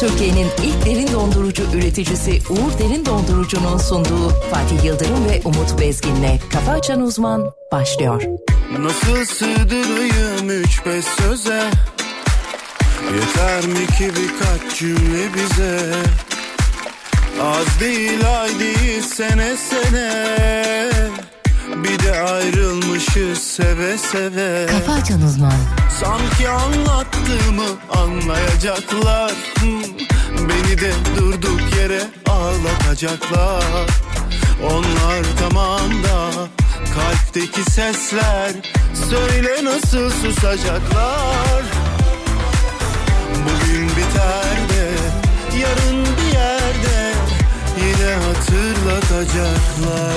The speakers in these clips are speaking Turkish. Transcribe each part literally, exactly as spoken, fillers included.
Türkiye'nin ilk derin dondurucu üreticisi Uğur Derin Dondurucu'nun sunduğu Fatih Yıldırım ve Umut Bezgin'le Kafa Açan Uzman başlıyor. Nasıl sığdırayım üç beş söze? Yeter mi ki birkaç cümle bize? Az değil ay değil sene sene, bir de ayrılmışız seve seve. Kafa Açan Uzman. Sanki anlattığımı anlayacaklar, hmm. Beni de durduk yere ağlatacaklar. Onlar tamam da kalpteki sesler, söyle nasıl susacaklar? Bugün biter de yarın bir yerde yine hatırlatacaklar.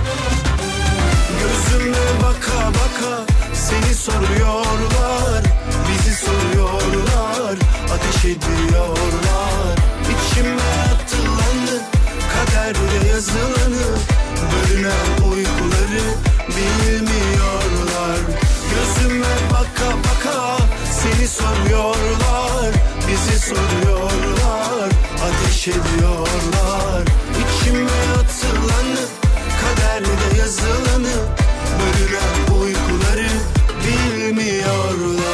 Gözüme baka baka seni soruyorlar, bizi soruyorlar, ateş ediyorlar. İçime atılanı, kaderde yazılanı, bölünen uykuları bilmiyorlar. Gözüme baka baka seni soruyorlar, bizi soruyorlar, ateş ediyorlar. İçime atılanı, kaderde yazılanı, bölünen uykuları bilmiyorlar.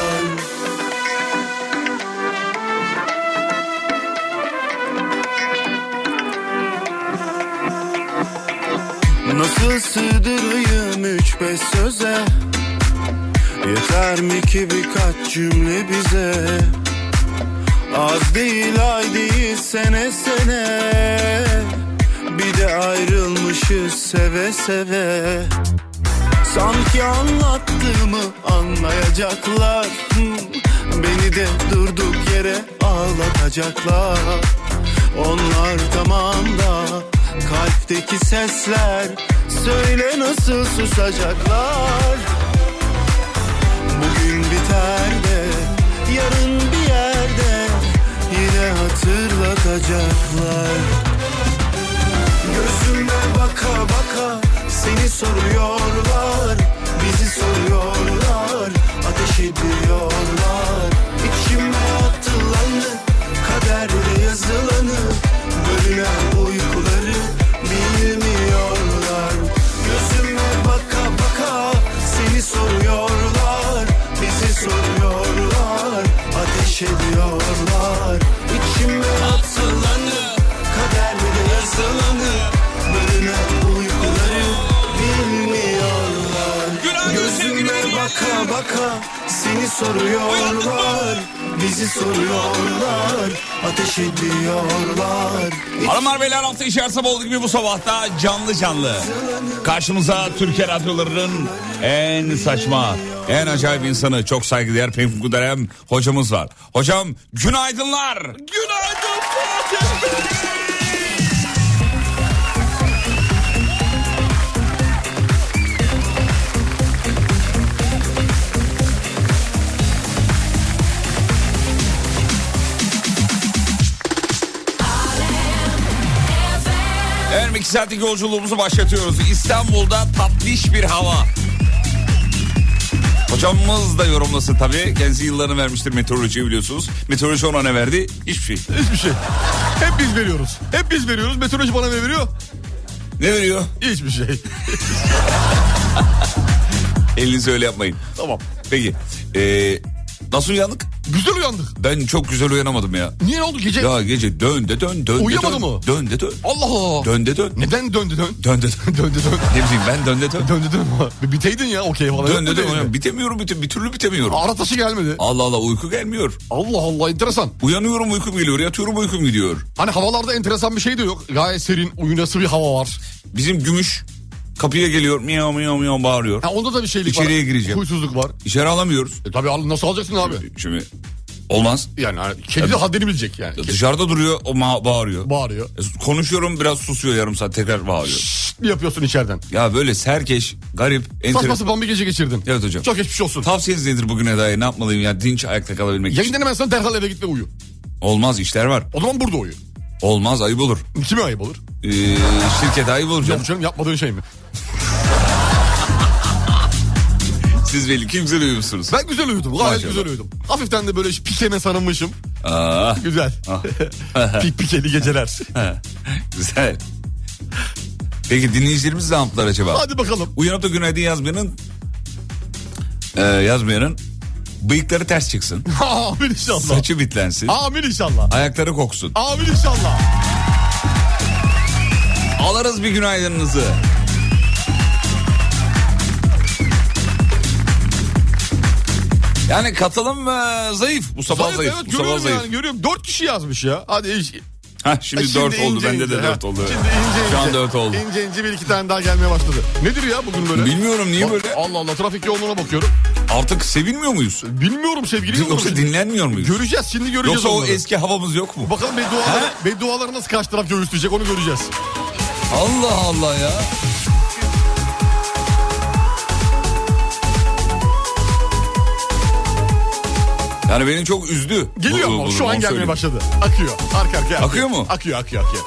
Nasıl sığdırayım üç beş söze? Yeter mi ki birkaç cümle bize? Az değil ay değil sene sene, bir de ayrılmışız seve seve. Sanki anlattığımı anlayacaklar, hmm. Beni de durduk yere ağlatacaklar. Onlar tamam da kalpteki sesler, söyle nasıl susacaklar? Bugün biter de yarın bir yerde yine hatırlatacaklar. Gözüme baka baka seni soruyorlar, bizi soruyorlar, ateş ediyorlar. İçime atılanı, kaderde yazılanı, bölünen uykuları bilmiyorlar. Gözüme baka baka seni soruyorlar, bizi soruyorlar, ateş ediyorlar. İçime atılanı, kaderde yazılanı, bölünen uykuları bilmiyorlar. Gözüme baka baka seni soruyorlar, bizi soruyorlar, ateş ediyorlar. Hanımlar beyler, hafta içi her sabah olduğu gibi bu sabahta canlı canlı karşımıza Türkiye radyolarının en saçma, en acayip insanı, çok saygıdeğer Peyfuk Kuderem hocamız var. Hocam günaydınlar. Günaydın Fatih Bey. Evet, iki saatlik yolculuğumuzu başlatıyoruz. İstanbul'da tatlış bir hava. Hocamız da yorumlasın tabii. Kendisi yıllarını vermiştir meteorolojiye, biliyorsunuz. Meteoroloji ona ne verdi? Hiçbir şey. Hiçbir şey. Hep biz veriyoruz. Hep biz veriyoruz. Meteoroloji bana ne veriyor? Ne veriyor? Hiçbir şey. Elinizi öyle yapmayın. Tamam. Peki. Ee, nasıl uyandık? Güzel uyandık. Ben çok güzel uyanamadım ya. Niye, ne oldu gece? Ya gece dön de dön dön. Uyuyamadı dön, mı? Dön de dön. Allah Allah. Dön de dön. Neden döndü dön? Dön de dön. Döndü dön. Ne bileyim ben, dön de dön. Döndü dön. Bir biteydin ya, okey falan. Dön de dön. Bitemiyorum, bite, bir türlü bitemiyorum. Ara taşı gelmedi. Allah Allah, uyku gelmiyor. Allah Allah, enteresan. Uyanıyorum uykum geliyor, yatıyorum uykum gidiyor. Hani havalarda enteresan bir şey de yok. Gayet serin, uyunası bir hava var. Bizim Gümüş kapıya geliyor, miyav miyav miyav bağırıyor. Ha, onda da bir şeylik İçeriye var. İçeriye gireceğim. Huysuzluk var. İçeri alamıyoruz. E tabii al, nasıl alacaksın abi? Şimdi, şimdi olmaz. Yani hani kedi de haddini bilecek yani. Dışarıda duruyor, o ma- bağırıyor. Bağırıyor. E, konuşuyorum, biraz susuyor, yarım saat tekrar bağırıyor. Şşt yapıyorsun içeriden. Ya böyle serkeş, garip, enteresan. Saçma sapan bir gece geçirdin. Evet hocam. Çok geçmiş olsun. Tavsiyeniz nedir bugüne dair, ne yapmalıyım ya, dinç ayakta kalabilmek için? Yayından hemen sonra derhal eve git ve uyu. Olmaz, işler var. O zaman burada uyu. Olmaz, ayıp olur. Kime ayıp olur? Ee, şirkete ayıp olur canım. Yok canım, yapmadığın şey mi? Siz belli ki güzel uyumuşsunuz. Ben güzel uyudum. Gayet Maşallah. güzel uyudum. Hafiften de böyle pikeme sarılmışım. Aa. Güzel. Pik pikeli geceler. Güzel. Peki dinleyicilerimiz ne yaptılar acaba? Hadi bakalım. Uyanıp da günaydın yazmayanın e, yazmayanın bıyıkları ters çıksın. Amin inşallah. Saçı bitlensin. Amin inşallah. Ayakları koksun. Amin inşallah. Alırız bir günaydınınızı. Yani katılım e, zayıf. Bu sabah zayıf. zayıf. Evet, Bu sabah görüyorum zayıf. yani, görüyorum. Dört kişi yazmış ya. Hadi iş. Heh, şimdi, şimdi dört oldu. Bende ince, de dört oldu. Şimdi ince ince. Şu an dört oldu. İnce ince bir iki tane daha gelmeye başladı. Nedir ya bugün böyle? Bilmiyorum niye Bak, böyle. Allah Allah, trafik yoğunluğuna bakıyorum. Artık sevilmiyor muyuz? Bilmiyorum sevgili. Yoksa dinlenmiyor muyuz? Göreceğiz, şimdi göreceğiz. Yoksa onları. o eski havamız yok mu? Bakalım bedduaları, bedduaları nasıl karşı taraf göğüsleyecek, onu göreceğiz. Allah Allah ya. Yani beni çok üzdü. Geliyor bu, mu? bu, Şu bu, an gelmeye söyleyeyim. başladı. Akıyor. Arka arkaya akıyor. Akıyor mu? Akıyor, akıyor, akıyor.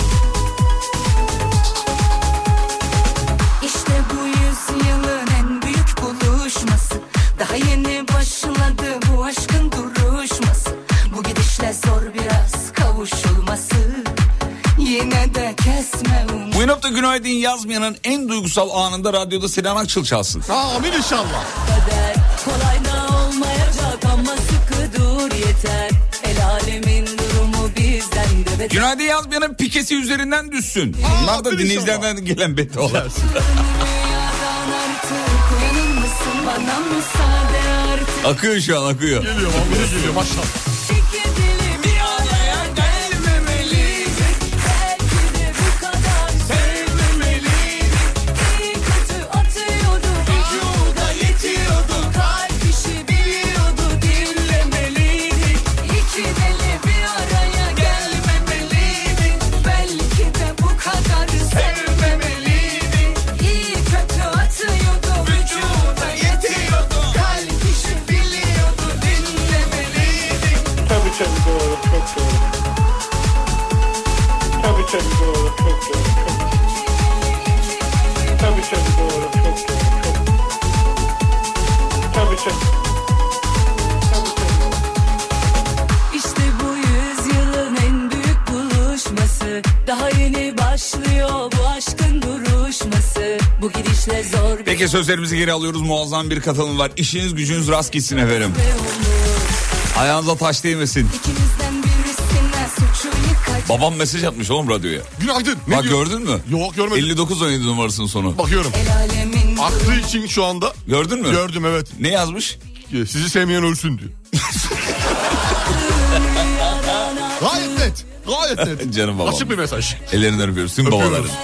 İşte bu yüzyılın en büyük buluşması. Daha yeni başladı bu aşkın duruşması. Bu gidişle zor biraz kavuşulması. Yine de kesme umut. Uyanıp da günaydın yazmayanın en duygusal anında radyoda Sinan Akçıl çalsın. Amin inşallah. Kader kolay da olmayacak ama sıkı dur yeter. El alemin durumu bizden de beter. Günaydın yazmayanın pikesi üzerinden düşsün. Bunlar da aferin dinleyicilerden gelen beddualar. Dünyadan artık uyanır mısın, bana müsaade artık. Akıyor şu an akıyor. Geliyor, vallahi geliyor maşallah. İki dilim bir araya gelmemeliydik. Belki de bu kadar sevmemeliydik. İyi kötü atıyordu, vücuda yetiyordu. Kalp işi biliyordu, dinlemeliydik. İki deli bir araya gelmemeliydik. Belki de bu kadar sevmemeliydik. İyi kötü atıyordu, vücuda yetiyordu. Kalp işi biliyordu, dinlemeliydik. Tabii tabii doğru, çok doğru. Tabii tabii doğru, çok doğru. Çok... Tabii tabii doğru, çok doğru. Çok... Tabii tabii. Tabii tabii. İşte bu yüzyılın en büyük buluşması. Daha yeni başlıyor bu aşkın duruşması. Bu gidişle zor bir Peki sözlerimizi geri alıyoruz. Muazzam bir katılım var. İşiniz gücünüz rast gitsin efendim. Ayağınıza taş değmesin. İkimizden birisine suçu yıkacak. Babam mesaj atmış oğlum radyoya. Günaydın. Ne Bak diyor? gördün mü? Yok, görmedim. elli dokuz on yedi numarasının sonu. Bakıyorum. El alemin Aklı için şu anda. Gördün mü? Gördüm, evet. Ne yazmış? Sizi sevmeyen ölsün diyor. Gayet net. Gayet net. Canım babam. Açık bir mesaj. Ellerinden öpüyoruz tüm Öpüyoruz. babaları.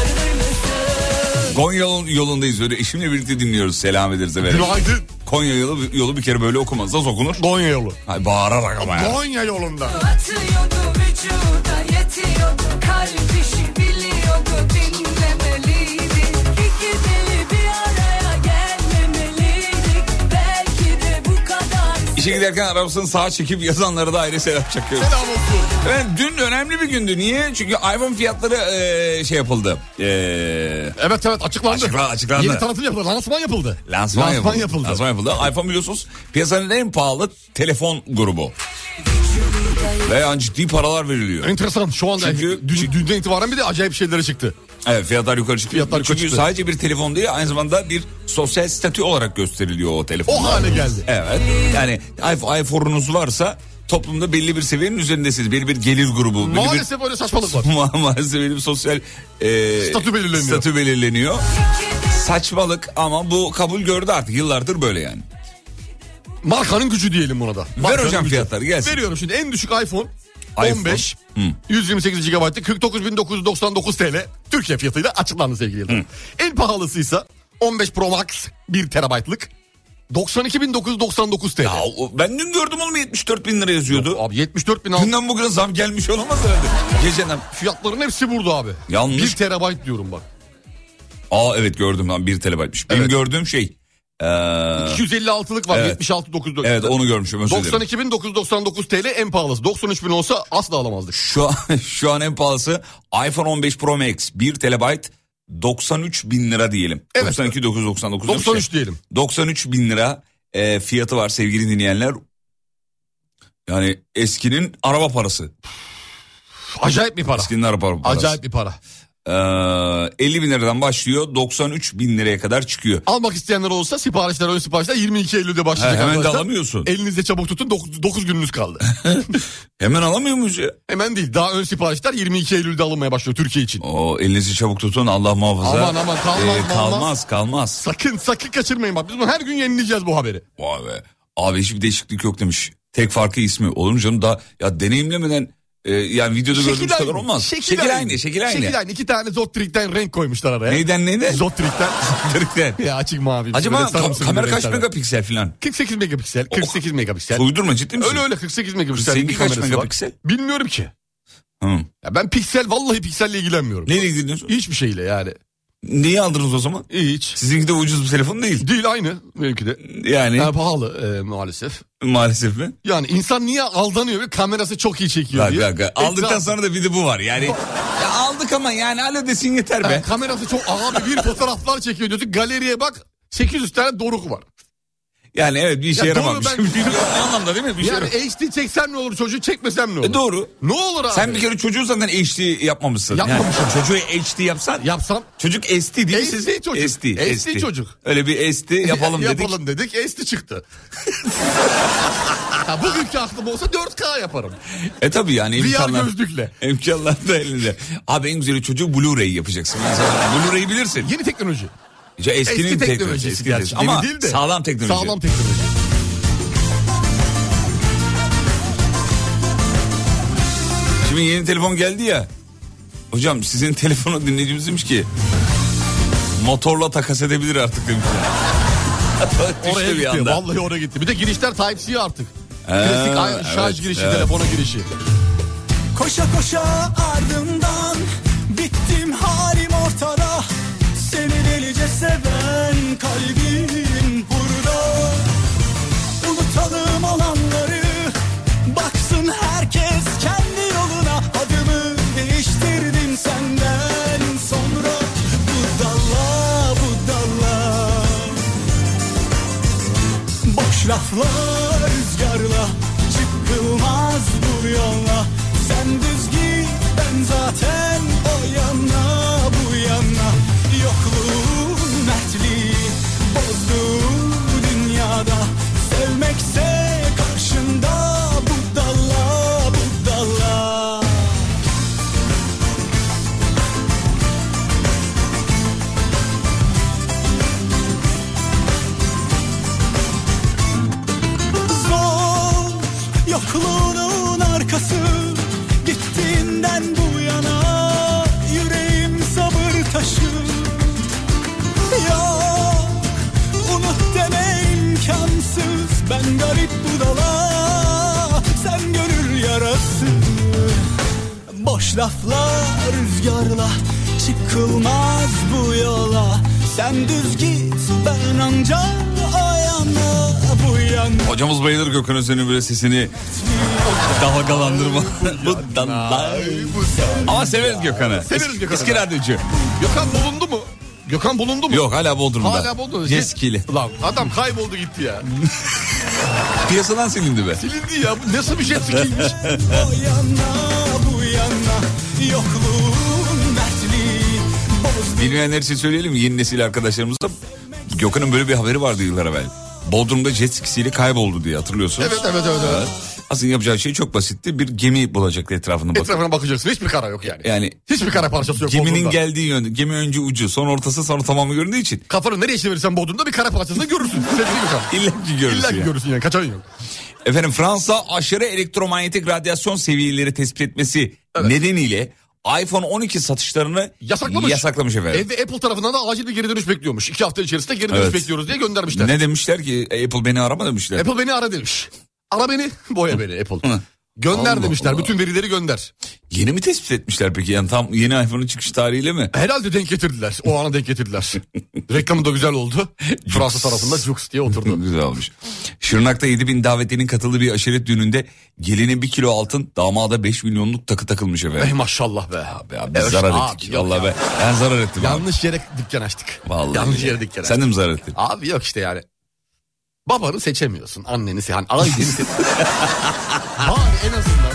Konya yolundayız öyle eşimle birlikte dinliyoruz. Selam ederiz efendim. Günaydın. Konya yolu, yolu bir kere böyle okumaz. Nasıl okunur? Konya yolu. Hay, bağırarak ama ya. Konya yolunda. atıyordu, vücuda yetiyordu. Kalp işi biliyordu, dinlemeliydik. İki deli bir araya gelmemeliydik. Belki de bu kadar. İşe giderken arabasını sağa çekip yazanlara da ayrı selam çakıyoruz. Selam olsun. Evet, dün önemli bir gündü. Niye? Çünkü iPhone fiyatları e, şey yapıldı. E, Evet evet, açıklandı. Açıkla- açıklandı. Yeni tanıtım yapıldı. Lansman yapıldı. lansman, Lansman yapıldı. yapıldı. Lansman yapıldı. iPhone biliyorsunuz piyasanın en pahalı telefon grubu. Ve yani ciddi paralar veriliyor. Enteresan. Şu anda Çünkü- dün, çünkü- dünden itibaren bir de acayip şeylere çıktı. Evet, fiyatlar yukarı çıktı. Fiyatlar yukarı Çünkü çıktı. sadece bir telefon değil, aynı zamanda bir sosyal statü olarak gösteriliyor o telefon. O hale geldi. Evet. Yani iPhone'unuz varsa toplumda belli bir seviyenin üzerindesiniz. Belli bir gelir grubu. Belli Maalesef öyle saçmalık var. bir, Ma- maalesef belli bir sosyal e, Statü belirleniyor. statü belirleniyor. Saçmalık ama bu kabul gördü artık. Yıllardır böyle yani. Markanın gücü diyelim buna da. Ver Markanın hocam gücü. fiyatları gelsin. Veriyorum şimdi en düşük iPhone. iPhone. on beş, Hı. yüz yirmi sekiz gigabaytlık kırk dokuz bin dokuz yüz doksan dokuz T L Türkiye fiyatıyla açıklandı sevgili yıldırım. En pahalısıysa on beş Pro Max bir terabaytlık doksan iki bin dokuz yüz doksan dokuz T L. Ya, o- ben dün gördüm oğlum yetmiş dört bin lira yazıyordu. Abi yetmiş dört bin altı. Dünden bugüne zam gelmiş olamaz herhalde. Geceden. Fiyatların hepsi burada abi. Yanlış. bir terabayt diyorum bak. Aa evet gördüm lan bir terabaytmış. Benim Evet. gördüğüm şey. Ee, iki yüz elli altılık var Evet. yetmiş altı bin dokuz yüz doksan. evet onu görmüşüm, özür dilerim. doksan iki bin dokuz yüz doksan dokuz T L en pahalısı. doksan üç bin olsa asla alamazdık. Şu an, şu an en pahalısı iPhone on beş Pro Max bir terabayt doksan üç bin lira diyelim. Evet. doksan iki bin dokuz yüz doksan dokuz. doksan üç diyelim. doksan üç bin lira e, fiyatı var sevgili dinleyenler. Yani eskinin araba parası. Acayip bir para. Eskinin araba parası. Acayip bir para. Ee, elli bin liradan başlıyor, doksan üç bin liraya kadar çıkıyor. Almak isteyenler olsa siparişler, ön siparişler yirmi iki Eylül'de başlayacak. He, hemen arkadaşlar. de alamıyorsun. Elinizde çabuk tutun, dokuz gününüz kaldı. Hemen alamıyor muyuz ya? Hemen değil, daha ön siparişler yirmi iki Eylül'de alınmaya başlıyor Türkiye için. O elinizi çabuk tutun, Allah muhafaza. Aman aman, kalmaz, Ee, kalmaz kalmaz. kalmaz. Sakın sakın kaçırmayın bak, biz bunu her gün yenileyeceğiz bu haberi. Vay be. Abi hiçbir değişiklik yok demiş. Tek farkı ismi. Olur mu canım, daha ya deneyimlemeden e, yani videoda gördüğümüz kadar olmaz. Şekil, şekil aynı. aynı, şekil aynı. Şekil aynı. İki tane Zotrik'ten renk koymuşlar araya. Neyden neyden? Zotrik'ten. Zotrik'ten. Ya açık mavi. Acaba Böyle sarımsı ka- kamera bir kaç renkler var. megapiksel filan? kırk sekiz megapiksel. kırk sekiz megapiksel. Uydurma, ciddi misin? Öyle öyle kırk sekiz megapiksel. Seninki bir kaç kamerası megapiksel? var. Bilmiyorum ki. Hı. Ya ben piksel, vallahi pikselle ilgilenmiyorum. Neyle ilgileniyorsun? Hiçbir şeyle yani. Neyi aldınız o zaman? Hiç. Sizinki de ucuz bir telefon değil. Değil, aynı benimki de. Yani Yani pahalı e, maalesef. maalesef mi? Yani insan niye aldanıyor ve kamerası çok iyi çekiyor Bak, diye. bak, bak. Aldıktan Etraf- sonra da bir de bu var. Yani ya aldık ama yani alo desin yeter be. Yani kamerası çok, abi bir fotoğraflar çekiyor diyorsun, galeriye bak sekiz yüz tane doruk var. Yani evet, bir işe Ya yaramamış. doğru, ben- Ne anlamda değil mi? Bir şey Yani yaramıyor. H D çeksem ne olur, çocuğu çekmesem ne olur? E doğru. Ne olur abi? Sen bir kere çocuğu zaten H D yapmamışsın. Yapmamışım. Yani çocuğu H D yapsan. Yapsam. Çocuk S D değil mi S D siz? çocuk. S D. S D çocuk. Öyle bir S D yapalım dedik. Yapalım dedik, S D çıktı. Ha, bugünkü aklım olsa dört K yaparım. E tabi yani V R imkanlar. gözlükle. İmkanlar da elinde. Abi en güzeli çocuğu Blu-ray yapacaksın. Ben sana- Blu-ray'i bilirsin. Yeni teknoloji. İşte eskinin Eski teknolojisi. teknolojisi Eski gerçi. teknolojisi. Ama Yeni değil de. sağlam teknoloji. Sağlam teknoloji. Şimdi yeni telefon geldi ya. Hocam sizin telefonu dinleyicimiz demiş ki motorla takas edebilir artık demiş. Oraya Düştü bir gitti. anda. Vallahi oraya gitti. Bir de girişler Type-C artık. Ee, Klasik ay- şarj evet, girişi, evet. telefona girişi. Koşa koşa ardından bittim halim ortada. Seni delice seven kalbim burada. Unutalım olanları, baksın herkes kendi yoluna. Adımı değiştirdim senden sonra. Budala budala, boş laflar rüzgarla, çıkılmaz bu yola. Sen düz git, ben zaten o yana bu yana. Yokluğun mertliği bozdu dünyada. Sevmekse karşında budala budala. Zor yokluğunun arkası, gittiğinden bu yana yüreğim sabır taşı. Yok unut deme imkansız, ben garip budala, sen gönül yarası. Boş laflar rüzgarla, çıkılmaz bu yola. Sen düz git, ben anca o yana bu yana. Hocamız bayılır Gökhan Özen'in böyle sesini dalgalandırma. Bu dallar. Ama severiz Gökhan'ı. Severiz Gökhan'ı. Eski radyocu. Gökhan bulundu mu? Gökhan bulundu mu? Yok, hala Bodrum'da. Hala bulundu. Ceskili. Lan adam kayboldu gitti ya. Piyasadan silindi be. Silindi ya. Bu nasıl bir jet skiymiş? O yana bu yana, yokluğun dertliği bozdu. Bilmeyenler için söyleyelim, yeni nesil arkadaşlarımıza. Gökhan'ın böyle bir haberi vardı yıllar evvel. Bodrum'da jet skisiyle kayboldu diye, hatırlıyorsunuz. Evet evet evet. evet. Aslında yapacağı şey çok basitti. Bir gemi bulacaktı etrafına bakıp. Etrafına bakacaksın. Hiçbir kara yok yani. Yani Hiçbir kara parçası yok. geminin Bodrum'da. geldiği yönde. Gemi önce ucu, sonra ortası, sonra tamamı göründüğü için. Kafanı nereye çevirirsen Bodrum'da bir kara parçasını görürsün. Sevgili Gökhan. İlla ki görürsün. İlla ki yani. görürsün yani. Kaçarın yok. Efendim, Fransa aşırı elektromanyetik radyasyon seviyeleri tespit etmesi nedeniyle iPhone on iki satışlarını Yasaklamış. yasaklamış efendim. Ve Apple tarafından da acil bir geri dönüş bekliyormuş. İki hafta içerisinde geri dönüş Evet. bekliyoruz diye göndermişler. Ne demişler ki, Apple beni arama demişler. Apple beni ara demiş. Ara beni, boya beni Apple. Hı. Gönder Allah demişler. Allah. Bütün verileri gönder. Yeni mi tespit etmişler peki, yani tam yeni iPhone'un çıkış tarihiyle mi? Herhalde denk getirdiler. O ana denk getirdiler. Reklamı da güzel oldu. Fransa tarafında Jux diye oturdu. Güzel olmuş. Şırnak'ta yedi bin davetlinin katıldığı bir aşiret düğününde geline bir kilo altın, damada beş milyonluk takı takılmış efendim. Ey maşallah be. Abi, abi biz Evet, zarar abi, ettik. yok Vallahi ya. be. Ben zarar ettim abi. Yanlış yere dükkan açtık. Vallahi Yanlış billahi. yere dükkan açtık. Sen de mi zarar ettin? Abi yok işte yani. Babanı seçemiyorsun. Anneni se- yani aileni seçemiyorsun. Bari en azından.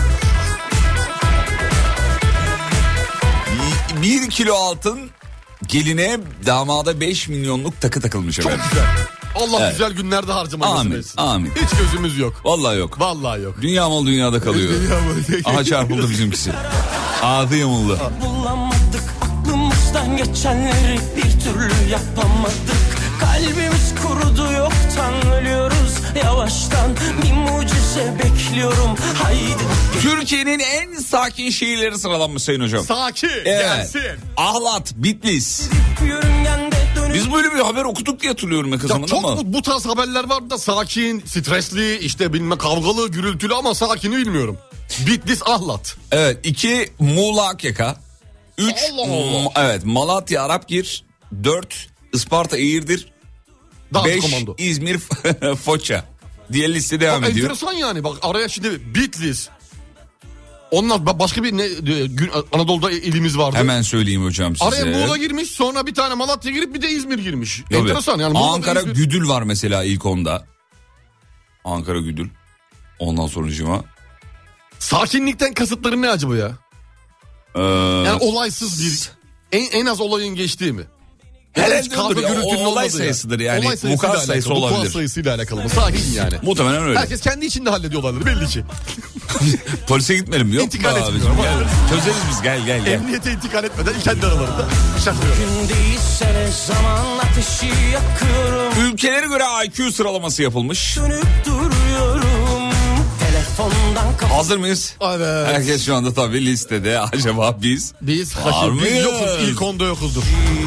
Bir kilo altın geline, damada beş milyonluk takı takılmış Çok efendim. güzel. Allah Evet. güzel günlerde harcamayı nasip Amin, etsin. amin. Hiç gözümüz yok. Vallahi yok. Vallahi yok. Dünya mal dünyada kalıyor. Dünya malı. Aha çarpıldı bizimkisi. Ağzı yamuldu. Bulamadık aklımızdan geçenleri, bir türlü yapamadık. Kalbimiz kurudu, yoktan ölüyoruz yavaştan. Bir mucize bekliyorum, haydi. Türkiye'nin en sakin şehirleri sıralanmış sayın hocam. Sakin Evet. gelsin. Ahlat, Bitlis. Yörüngende dönüp Biz böyle bir haber okuduk diye hatırlıyorum yakın Ya zamanda çok ama. bu, bu tarz haberler var da sakin, stresli, işte bilmem kavgalı, gürültülü ama sakini bilmiyorum. Bitlis, Ahlat. Evet, iki Muğla Akyaka. Üç Allah Allah. M- evet Malatya Arapgir. Dört Isparta Eğirdir. Daha Beş komando. İzmir Foça diye liste devam Bak, ediyor. enteresan yani, bak araya şimdi Bitlis. Onlar ba- başka bir ne gün Anadolu'da ilimiz vardı. Hemen söyleyeyim hocam size. Araya Muğla girmiş, sonra bir tane Malatya girip bir de İzmir girmiş. Tabii. Enteresan yani. Muğla ve Ankara İzmir. Güdül var mesela ilk onda. Ankara Güdül. Ondan sonucuma. Sakinlikten kasıtları ne acaba ya? Ee, Yani olaysız bir, en, en az olayın geçtiği mi? Herhalde Hiç kavga odur ya, gürültünün o olay olmadığı sayısıdır yani. Olay sayısıyla Vukuat alakalı, sayısı vukuat olabilir. sayısıyla alakalı mı? Sakin yani. Muhtemelen öyle. Herkes kendi içinde hallediyorlardır belli ki. Polise gitmeyelim yok mu İntikal abi? etmiyorum. Gel. Çözeriz biz gel gel gel. Emniyete intikal etmeden kendi aralarında şaşırıyor. gün değilse zaman ateşi yakıyorum. Ülkelere göre I Q sıralaması yapılmış. Dönüp duruyorum. Telefondan kafa. Hazır mıyız? Evet. Herkes şu anda tabii listede. Acaba biz? Biz Var haşır, biz mıyız? yokuz, ilk onda yokuzdur.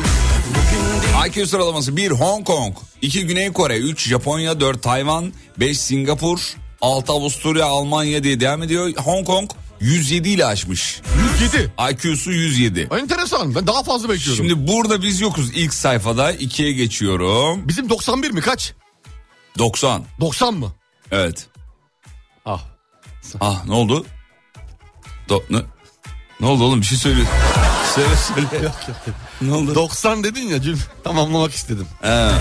I Q sıralaması bir Hong Kong, iki Güney Kore, üç Japonya, dört Tayvan, beş Singapur, altı Avusturya, Almanya diye devam ediyor. Hong Kong yüz yedi ile aşmış. yüz yedi. I Q'su yüz yedi. Enteresan, ben daha fazla bekliyorum. Şimdi burada biz yokuz ilk sayfada. ikiye geçiyorum. Bizim doksan bir mi, kaç? doksan. doksan mı? Evet. Ah. Ah ne oldu? Do ne? Ne oldu oğlum, bir şey söyle. Söyle söyle. Yok yok. Ne oldu? doksan dedin ya, cüm tamamlamak istedim. He.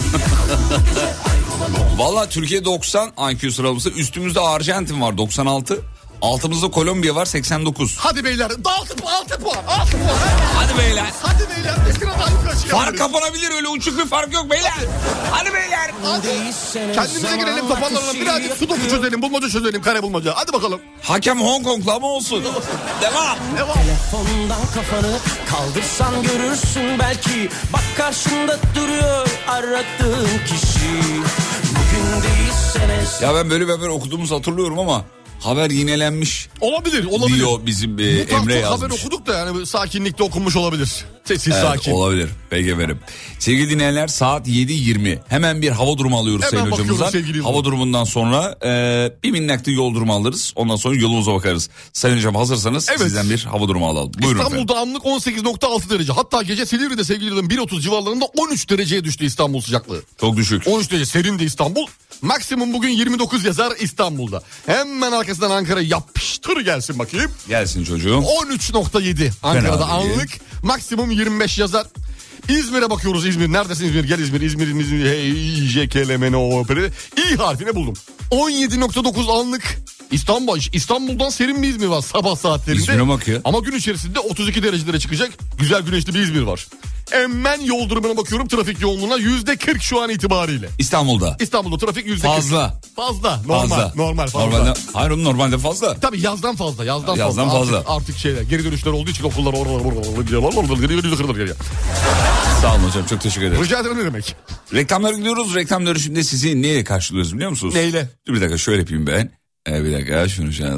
Valla Türkiye doksan I Q sıralaması. Üstümüzde Arjantin var doksan altı. Altımızda Kolombiya var seksen dokuz. Hadi beyler, altı puan, altı puan, altı puan. Hadi beyler. Hadi beyler, bir sıra daha yukarı çıkabiliriz. Fark kapanabilir, öyle uçuk bir fark yok beyler. Hadi beyler. Kendimize girelim, toparlanalım, birazcık sudoku çözelim, bulmaca çözelim, kare bulmaca. Hadi bakalım. Hakem Hong Kong'la ama olsun. Devam. Devam. Telefondan kafanı kaldırsan görürsün belki. Bak karşında duruyor aradığın kişi. Bugün değilse ne? Ya ben böyle bir haber okuduğumuzu hatırlıyorum ama haber yinelenmiş Olabilir, olabilir. diyor bizim e, Bu tarz Emre çok haber yazmış. okuduk da yani sakinlikte okunmuş olabilir. Sessiz Evet, sakin. olabilir. Peki efendim. Sevgili dinleyenler, saat yedi yirmi. Hemen bir hava durumu alıyoruz Hemen Sayın bakıyorum Hocamızdan. sevgili Hava durumundan sonra e, bir minnaklı yol durumu alırız. Ondan sonra yolumuza bakarız. Sayın Hocam hazırsanız Evet. sizden bir hava durumu alalım. Buyurun efendim. İstanbul'da anlık on sekiz nokta altı derece. Hatta gece Silivri'de sevgili dinleyenlerim bir otuz civarlarında on üç dereceye düştü İstanbul sıcaklığı. Çok düşük. on üç derece serindi İstanbul. Maksimum bugün yirmi dokuz yazar İstanbul'da. Hemen arkasından Ankara yapıştır gelsin bakayım. Gelsin çocuğum. on üç nokta yedi Ankara'da Fena değil. anlık. Maksimum yirmi beş yazar. İzmir'e bakıyoruz. İzmir neredesin İzmir? Gel İzmir. İzmir, İzmir. Hey, J K L M N O P. İ harfini buldum. on yedi nokta dokuz anlık. İstanbul, İstanbul'dan serin bir İzmir var sabah saatlerinde. İzmir'e bak ya. Ama gün içerisinde otuz iki derecelere çıkacak. Güzel güneşli bir İzmir var. Hemen yol durumuna bakıyorum. Trafik yoğunluğuna yüzde kırk şu an itibariyle. İstanbul'da. İstanbul'da trafik yüzde kırk. Fazla. Fazla. Normal. Fazla. Normal fazla. Normalde, hayır oğlum, normalde fazla. Tabii yazdan fazla, yazdan, Yazdan fazla. fazla. Artık, artık şeyler, geri dönüşler olduğu için okullar oralar oralar gidiyorlar, oralar gidiyorlar, geriye. Sağ olun hocam, çok teşekkür ederim. Rica ederim, ne demek? Reklamlara gidiyoruz. Reklam dönüşünde sizi neyle karşılıyoruz biliyor musunuz? Neyle? Dur bir dakika şöyle yapayım ben. Ee, bir dakika şunu şöyle.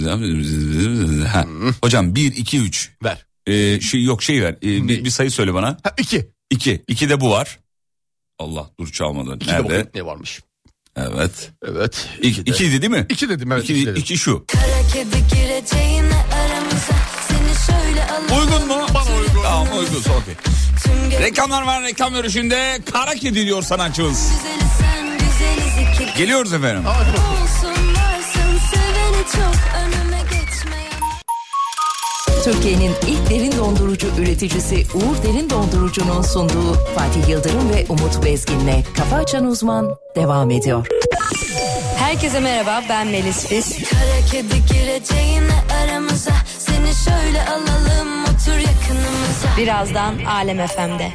Ha. Hocam bir, iki, üç. Ver. Ee, şey yok şey ver. Ee, bir, bir sayı söyle bana. Ha, iki. İki. İki de bu var. Allah dur çalmadı. İki de Nerede? bakayım ne varmış. Evet. Evet. İki, de. ikiydi değil mi? İki dedim, evet. İki, iki dedim. iki şu. Kara kedi gireceğine aramıza seni şöyle alalım. Uygun mu? Bana uygun. Tamam uygun. Okey. Tüm gö- Reklamlar var, reklam görüşünde Kara Kedi diyor sanatçımız. Güzeli sen güzeliz iki. Geliyoruz efendim. Hadi bakalım. Olsun varsın seveni çok önüme geçmeyen. Türkiye'nin ilk derin dondurucu üreticisi Uğur Derin Dondurucu'nun sunduğu Fatih Yıldırım ve Umut Bezgin'le Kafa Açan Uzman devam ediyor. Herkese merhaba, ben Melis Fiz. Kara kedi gireceğine aramıza, seni şöyle alalım otur yakınımıza. Birazdan Alem F M'de.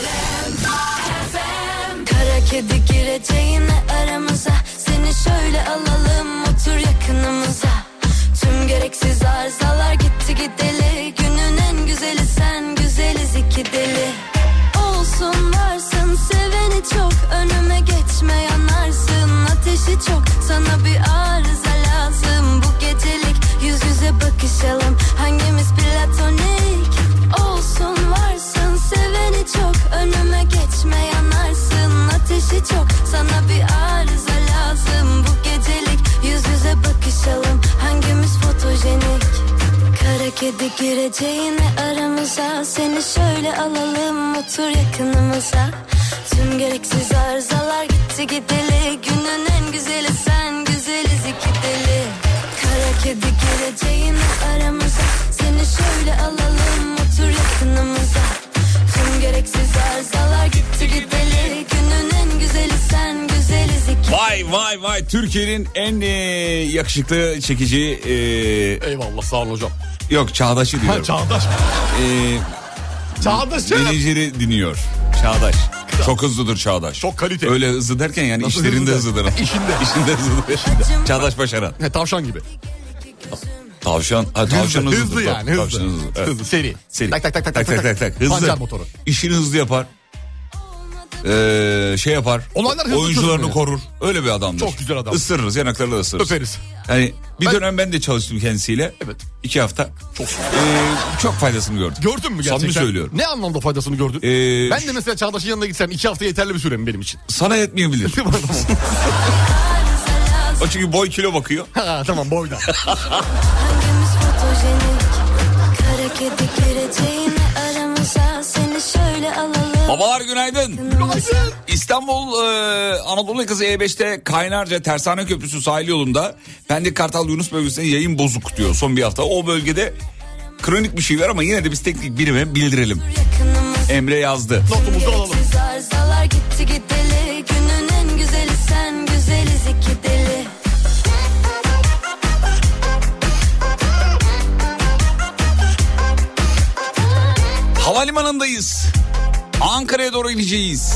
Kara kedi gireceğine aramıza, seni şöyle alalım otur yakınımıza. Tüm gereksiz arızalar gitti gideli, günün en güzeli sen, güzeliz iki deli. Olsun varsın seveni çok, önüme geçme yanarsın, ateşi çok, sana bir arıza lazım. Bu gecelik yüz yüze bakışalım, hangimiz platonik? Olsun varsın seveni çok, önüme geçme yanarsın, ateşi çok, sana bir arıza lazım. Bu gecelik yüz yüze bakışalım, hangimiz fotojenik? Kara kedi gireceğine aramıza, seni şöyle alalım otur yakınımıza. Tüm gereksiz arızalar gitti gideli, günün en güzeli sen, güzeliz iki deli. Kara kedi gireceğine aramıza, seni şöyle alalım otur yakınımıza. Tüm gereksiz arızalar gitti gideli, günün en güzeli sen, güzeliz iki. Vay vay vay, Türkiye'nin en e, yakışıklı çekici e, Eyvallah, sağ olun hocam. Yok, Çağdaş'ı diyorum. Ha, Çağdaş. E, Çağdaş canım. Menajeri dinliyor. Çağdaş. Çok hızlıdır Çağdaş. Çok kalite. Öyle hızlı derken yani Nasıl işlerinde hızlı? hızlıdır. İşinde. İşinde hızlıdır. Çağdaş Başaran. He, tavşan gibi. Tavşan. Ha, tavşan Hızlı, hızlıdır. hızlı yani, hızlı. Tavşan hızlı. Evet. Hızlı, seri. Seri. Tak tak tak tak tak tak tak tak. Hızlı. Pancar motoru. İşini hızlı yapar. Ee, şey yapar. Olaylar hızlı oyuncularını çözülüyor. korur. Öyle bir adamdır. Çok güzel adam. Isırırız, yanaklarını ısırırız. Öperiz. Yani bir Ben- dönem ben de çalıştım kendisiyle. Evet. İki hafta. Çok. Ee, çok faydasını gördüm. Gördün mü gerçekten? Samimi söylüyorum. Ne anlamda faydasını gördün? Ee, ben de mesela Çağdaş'ın yanına gitsem iki hafta yeterli bir süre mi benim için? Sana yetmeyebilir. O çünkü boy kilo bakıyor. Ha, tamam, boydan. Hangimiz fotojenik? Kara kedi gireceğine aramıza, seni şöyle alalım. Babalar günaydın. İstanbul e, Anadolu yakası E beşte Kaynarca Tersane Köprüsü sahil yolunda Pendik Kartal Yunus bölgesinde yayın bozuk diyor son bir hafta. O bölgede kronik bir şey var ama yine de biz teknik birime bildirelim. Emre yazdı. Notumuzu alalım. Gereksiz arızalar gitti gideli, günün en güzeli sen, güzeliz iki deli. Havalimanındayız. Ankara'ya doğru gideceğiz.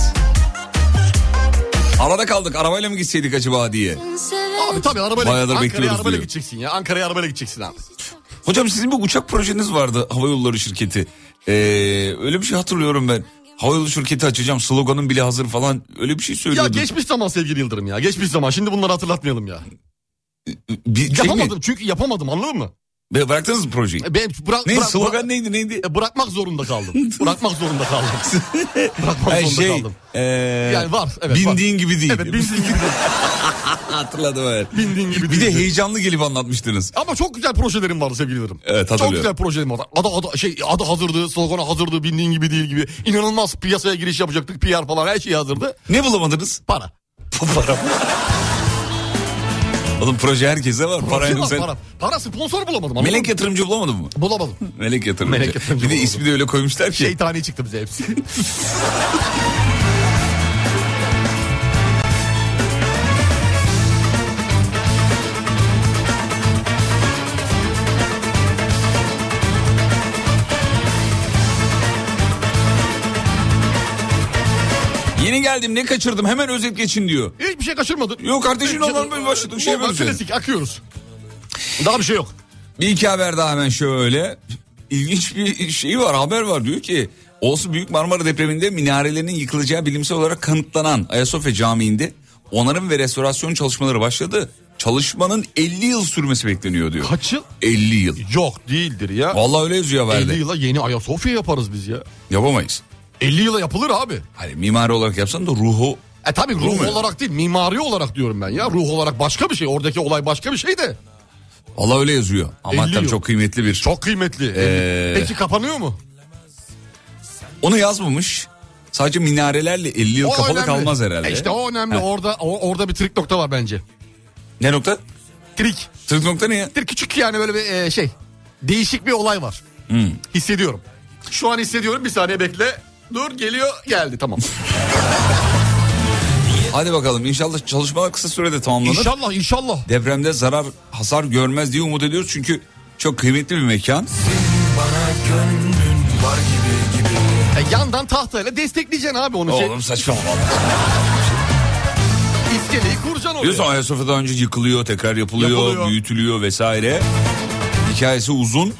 Arada kaldık, arabayla mı gitseydik acaba diye. Abi tabii arabayla, Bayağıdır Ankara'ya bekliyoruz arabayla diyor. gideceksin ya. Ankara'ya arabayla gideceksin abi. Hocam sizin bir uçak projeniz vardı, havayolları şirketi. Ee, öyle bir şey hatırlıyorum ben. Havayolu şirketi açacağım, sloganım bile hazır falan, öyle bir şey Ya söylüyordun. geçmiş zaman sevgili Yıldırım ya. Geçmiş zaman. Şimdi bunları hatırlatmayalım ya. Bir şey Yapamadım mi? çünkü yapamadım, anladın mı? Be- Bıraktınız mı projeyi? Ben bırak, Neydi bırak- slogan bırak- neydi neydi? E, bırakmak zorunda kaldım. Bırakmak zorunda kaldım. Bırakmak Ay, zorunda şey, kaldım. ee, Yani var, evet, bindiğin var. gibi değil. Evet, bindiğin gibi değil. Hatırladım, evet. Bindiğin gibi Bir de değil. heyecanlı gelip anlatmıştınız. Ama çok güzel projelerim vardı sevgili Yıldırım. Evet, Çok hatırlıyorum. güzel projelerim vardı. Adı, adı, şey, adı hazırdı, sloganı hazırdı, bindiğin gibi değil gibi. İnanılmaz piyasaya giriş yapacaktık, P R falan, her şey hazırdı. Ne bulamadınız? Para. Para. Oğlum proje herkese var. Para, Para, yok sen... para. Para sponsor bulamadım. anladın Melek mı? yatırımcı bulamadın mı? Bulamadım. Melek yatırımcı. Melek yatırımcı Bir de bulamadım. ismi de öyle koymuşlar ki. Şeytani çıktı bize hepsi. Yeni geldim, ne kaçırdım, hemen özet geçin diyor. Hiçbir şey kaçırmadın. Yok kardeşim, normal böyle başladık, şey Normal, yapıyoruz. klasik, akıyoruz. Daha bir şey yok. Bir iki haber daha hemen şöyle. İlginç bir şey var, haber var, diyor ki Olsu Büyük Marmara depreminde minarelerinin yıkılacağı bilimsel olarak kanıtlanan Ayasofya Camii'nde onarım ve restorasyon çalışmaları başladı. Çalışmanın elli yıl sürmesi bekleniyor diyor. Kaç yıl? elli yıl. Yok değildir ya. Vallahi öyle yazıyor haberde. elli yıla yeni Ayasofya yaparız biz ya. Yapamayız. elli yıla yapılır abi. Hani mimari olarak yapsan da ruhu... E tabii ruh, Ruh mu? olarak değil, mimari olarak diyorum ben ya. Ruh olarak başka bir şey. Oradaki olay başka bir şey de. Vallahi öyle yazıyor. Ama elli tabii yıl. çok kıymetli bir... Çok kıymetli. Ee, Peki kapanıyor mu? Onu yazmamış. Sadece minarelerle elli yıl O kapalı önemli. kalmaz herhalde. E işte o önemli. Heh. Orada o, orada bir trik nokta var bence. Ne nokta? Trik. Trik nokta ne ya? Trik küçük yani, böyle bir e, şey. Değişik bir olay var. Hmm. Hissediyorum. Şu an hissediyorum, bir saniye bekle. Dur geliyor, geldi, tamam. Hadi bakalım, inşallah çalışmalar kısa sürede tamamlanır. İnşallah inşallah. Depremde zarar hasar görmez diye umut ediyoruz çünkü çok kıymetli bir mekan. Bana gönlün var gibi gibi. E, yandan tahtayla destekleyeceksin abi onu. Oğlum şey... saçma. İskeleyi kuracaksın oraya. Biliyorsun Ayasofya daha önce yıkılıyor, tekrar yapılıyor, Yapılıyor. büyütülüyor vesaire. Hikayesi uzun.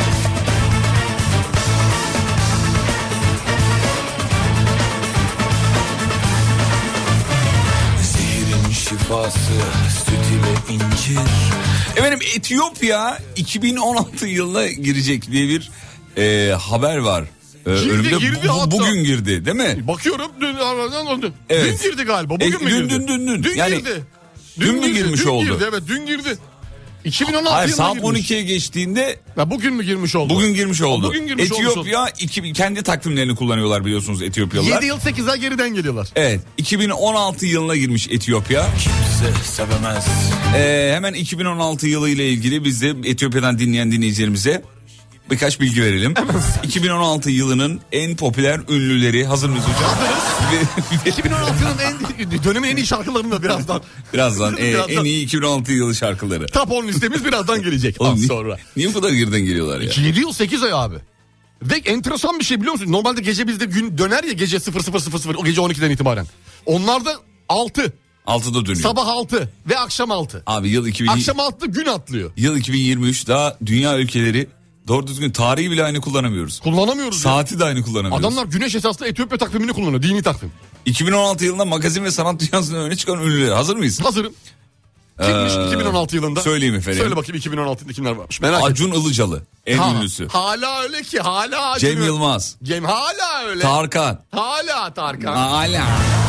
Şifası süt ile incir. Efendim Etiyopya iki bin on altı yılına girecek diye bir e, haber var. E, Girdi, önümde girdi bu, hatta. Bugün girdi değil mi? Bakıyorum dün, dün, Evet. dün girdi galiba. Bugün E, mü dün, girdi? dün, dün, dün. Dün Yani, girdi. dün mü girdi, girmiş dün oldu? Girdi, evet dün girdi. iki bin on altı Hayır, yılına saat girmiş. on ikiye geçtiğinde Ya bugün mü girmiş oldu? bugün girmiş oldu. Bugün girmiş Etiyopya iki, kendi takvimlerini kullanıyorlar biliyorsunuz Etiyopyalılar. yedi yıl sekiz ay geriden geliyorlar. Evet, iki bin on altı yılına girmiş Etiyopya. Kimse sevemez. Ee, hemen iki bin on altı yılı ile ilgili biz de Etiyopya'dan dinleyen dinleyicilerimize birkaç bilgi verelim. iki bin on altı yılının en popüler ünlüleri, hazır mıyız hocam? Hazırız. iki bin on altının en, dönemin en iyi şarkılarını da birazdan. Birazdan, e, Birazdan. en iyi iki bin on altı yılı şarkıları. Top on listemiz birazdan gelecek. Oğlum, az niye, sonra. niye bu kadar geriden geliyorlar ya? yedi yıl sekiz ay abi. Ve enteresan bir şey biliyor musun? Normalde gece bizde gün döner ya, gece sıfır sıfır sıfır sıfır, o gece on ikiden itibaren. Onlarda altı. altıda dönüyor. Sabah altı ve akşam altı. Abi yıl iki bin... Akşam altıda gün atlıyor. Yıl iki bin yirmi üç, daha dünya ülkeleri doğru düzgün tarihi bile aynı kullanamıyoruz. Kullanamıyoruz. Saati ya. de aynı kullanamıyoruz. Adamlar güneş esaslı Etiyopya takvimini kullanıyor. Dini takvim. iki bin on altı yılında magazin ve sanat dünyasının öne çıkan ünlüler. Hazır mıyız? Hazırım. Kimmiş Ee, iki bin on altı yılında? Söyleyeyim efendim. Söyle bakayım iki bin on altıda kimler varmış. Merak ettim. Acun Ilıcalı en Ha, ünlüsü. Hala öyle ki hala Acun. Cem Yılmaz. Cem hala öyle. Tarkan. Hala Tarkan. Hala.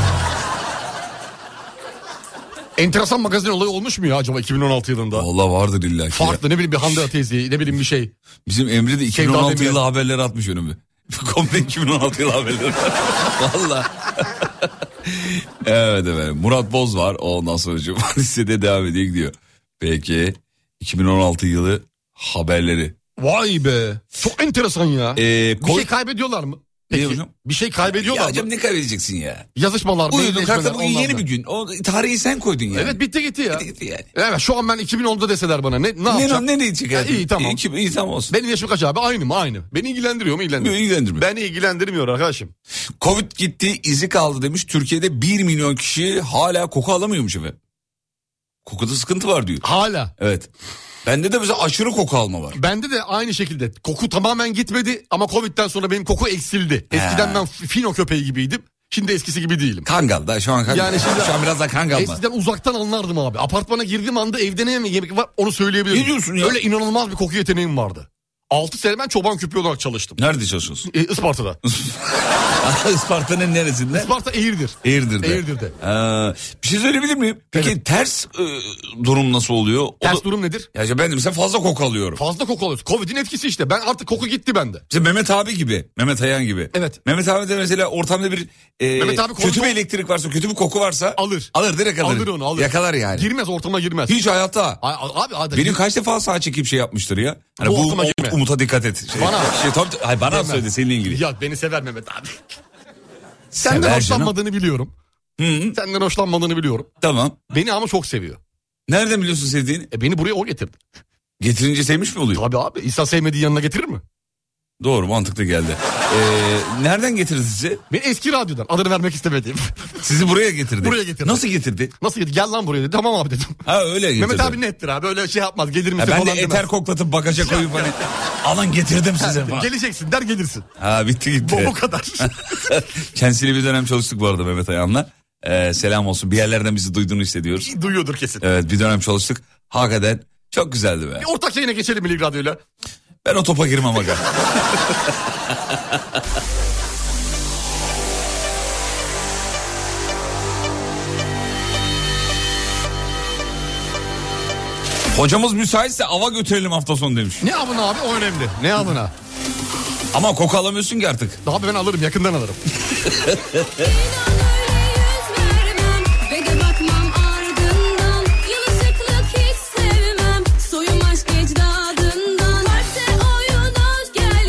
Enteresan magazin olayı olmuş mu ya acaba iki bin on altı yılında? Vallahi vardır illa ki. Farklı ne bileyim bir Hande Atezi, ne bileyim bir şey. Bizim Emre de iki bin on altı Sevda yılı haberleri atmış önüme. Komple iki bin on altı yılı haberleri. Valla. Evet efendim. Murat Boz var. Ondan sonra listede devam ediyor gidiyor. Peki. iki bin on altı yılı haberleri. Vay be. Çok enteresan ya. Ee, bir koy... şey kaybediyorlar mı? Ne Peki, hocam? bir şey kaybediyorlar Ya mı? hocam ne kaybedeceksin ya? Yazışmalar, Uyudun mailleşmeler, kalktın bugün yeni onlardan. bir gün. O tarihi sen koydun yani. Evet bitti gitti ya. Gitti gitti yani. Evet şu an ben iki bin onda deseler bana ne ne, Ne yapacağım? ne diyecek Ya, hayatım? iyi tamam. İyi, iyi tamam olsun. Benim yaşım kaç abi? Aynı mı? Aynı. Beni ilgilendiriyor mu? İlgilendirmiyor. İlgilendirmiyor. Beni ilgilendirmiyor arkadaşım. Covid gitti, izi kaldı demiş. Türkiye'de bir milyon kişi hala koku alamıyormuş efendim. Kokuda sıkıntı var diyor. Hala. Evet. Bende de mesela aşırı koku alma var. Bende de aynı şekilde. Koku tamamen gitmedi ama Covid'den sonra benim koku eksildi. Eskiden He. ben fino köpeği gibiydim. Şimdi eskisi gibi değilim. Kangal da şu an kangal. Yani şimdi- şu an biraz daha kangal mı? Eskiden uzaktan anlardım abi. Apartmana girdiğim anda evde ne yemek var onu söyleyebilirim. Ne diyorsun ya? Öyle inanılmaz bir koku yeteneğim vardı. altı sene ben çoban köpeği olarak çalıştım. Nerede çalışıyorsun? E, Isparta'da. Isparta'nın neresinde? Isparta Eğirdir. Eğirdir'de. Eğirdir'de. Ee, bir şey söyleyebilir miyim? Peki ters e, durum nasıl oluyor? O Ters da- durum nedir? Ya işte ben de mesela fazla koku alıyorum. Fazla koku alıyorsun. Covid'in etkisi işte. Ben artık koku gitti bende. İşte Mehmet abi gibi. Mehmet Ayan gibi. Evet. Mehmet abi de mesela ortamda bir e, Mehmet abi kötü koku- bir elektrik varsa, kötü bir koku varsa Alır. Alır direkt alır. Alır onu alır. Yakalar yani. Girmez ortama girmez. Hiç hayatta. Ay, abi, abi, Benim kaç defa sağ çekip şey yapmıştır ya. Hani Bu bu, aklıma Umut- gelme. Umut'a dikkat et. Şey, Bana. Şey, tabii, hayır, bana Demem. söyledi seninle ilgili. Ya beni sever Mehmet abi. Sever Senden canım. hoşlanmadığını biliyorum. Hı hı. Senden hoşlanmadığını biliyorum. Tamam. Beni ama çok seviyor. Nereden biliyorsun sevdiğini? E beni buraya o getirdi. Getirince sevmiş mi oluyor? Tabii abi. İnsan sevmediği yanına getirir mi? Doğru, mantıklı geldi. Ee, nereden getirdi sizi? Beni eski radyodan. Adını vermek istemediğim. Sizi buraya getirdi. Buraya getirdi. Nasıl getirdi? Nasıl getirdi? Gel lan buraya dedi. Tamam abi dedim. Ha öyle getirdi. Mehmet abi nettir abi. Öyle şey yapmaz. Gelir misin Ha, ben de falan eter demez. koklatıp bagaja koyup hani alın getirdim size falan. Geleceksin der gelirsin. Ha bitti gitti. Bu, bu kadar. Kendisiyle bir dönem çalıştık bu arada Mehmet Ayan'la. Ee, selam olsun. Bir yerlerden bizi duyduğunu hissediyoruz. Duyuyordur kesin. Evet, bir dönem çalıştık. Hakikaten çok güzeldi be. Bir ortak yayına geçelim Milli Radyo'yla. Ben o topa girmem aga. Hocamız müsaitse ava götürelim hafta sonu demiş. Ne avına abi o önemli. Ne avına? Ama koku alamıyorsun ki artık. Daha ben alırım yakından alırım. Ve de bakmam ardından. Yalışıklık hiç sevmem. Soyum aşk ecdadından. Varsa oyun hoş gel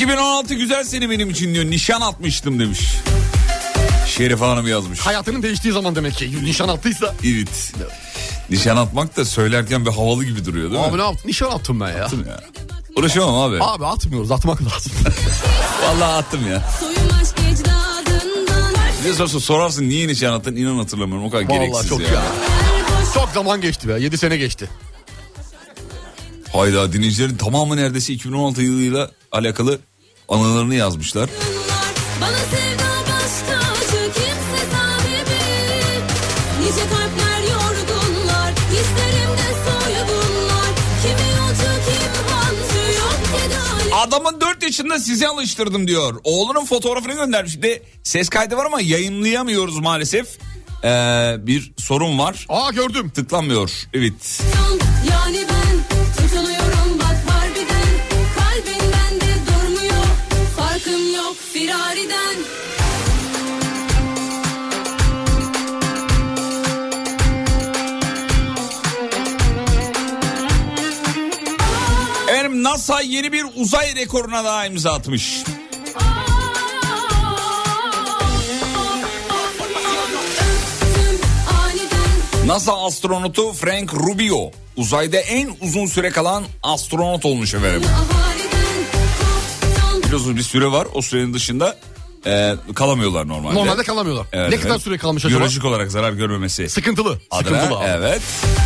iki bin on altı güzel sene benim için diyor. Nişan atmıştım demiş. Şerif Hanım yazmış. Hayatının değiştiği zaman demek ki. Nişan attıysa. Evet. Nişan atmak da söylerken bir havalı gibi duruyor değil abi mi? Abi ne yaptın? Nişan attım ben ya. Attım ya. Uğraşamam abi. Abi atmıyoruz, atmak lazım. Vallahi attım ya. Bir de sorsa sorarsın niye nişan attın, inan hatırlamıyorum, o kadar vallahi gereksiz çok ya. ya. Çok zaman geçti be, yedi sene geçti. Hayda, dinleyicilerin tamamı neredeyse iki bin on altı yılıyla alakalı anılarını yazmışlar. Bana sevda baş tacı, kimse sahibi. Nice kalpler yorgunlar, hislerimde soygunlar. Kimi yolcu kim hancı, yok tedavi. Adamın dört yaşında sizi alıştırdım diyor. Oğlunun fotoğrafını göndermiş. De ses kaydı var ama yayınlayamıyoruz maalesef. Ee, bir sorun var. Aa gördüm. Tıklanmıyor. Evet. Yani ben tutuluyorum bak harbiden. Kalbin bende durmuyor, farkım yok firariden. Efendim, NASA yeni bir uzay rekoruna daha imza atmış. NASA astronotu Frank Rubio uzayda en uzun süre kalan astronot olmuş efendim. Biliyorsunuz bir süre var, o sürenin dışında e, kalamıyorlar normalde. Normalde kalamıyorlar. Evet, ne evet. kadar süre kalmış acaba? Biyolojik olarak zarar görmemesi. Sıkıntılı. Adına, Sıkıntılı abi. Evet.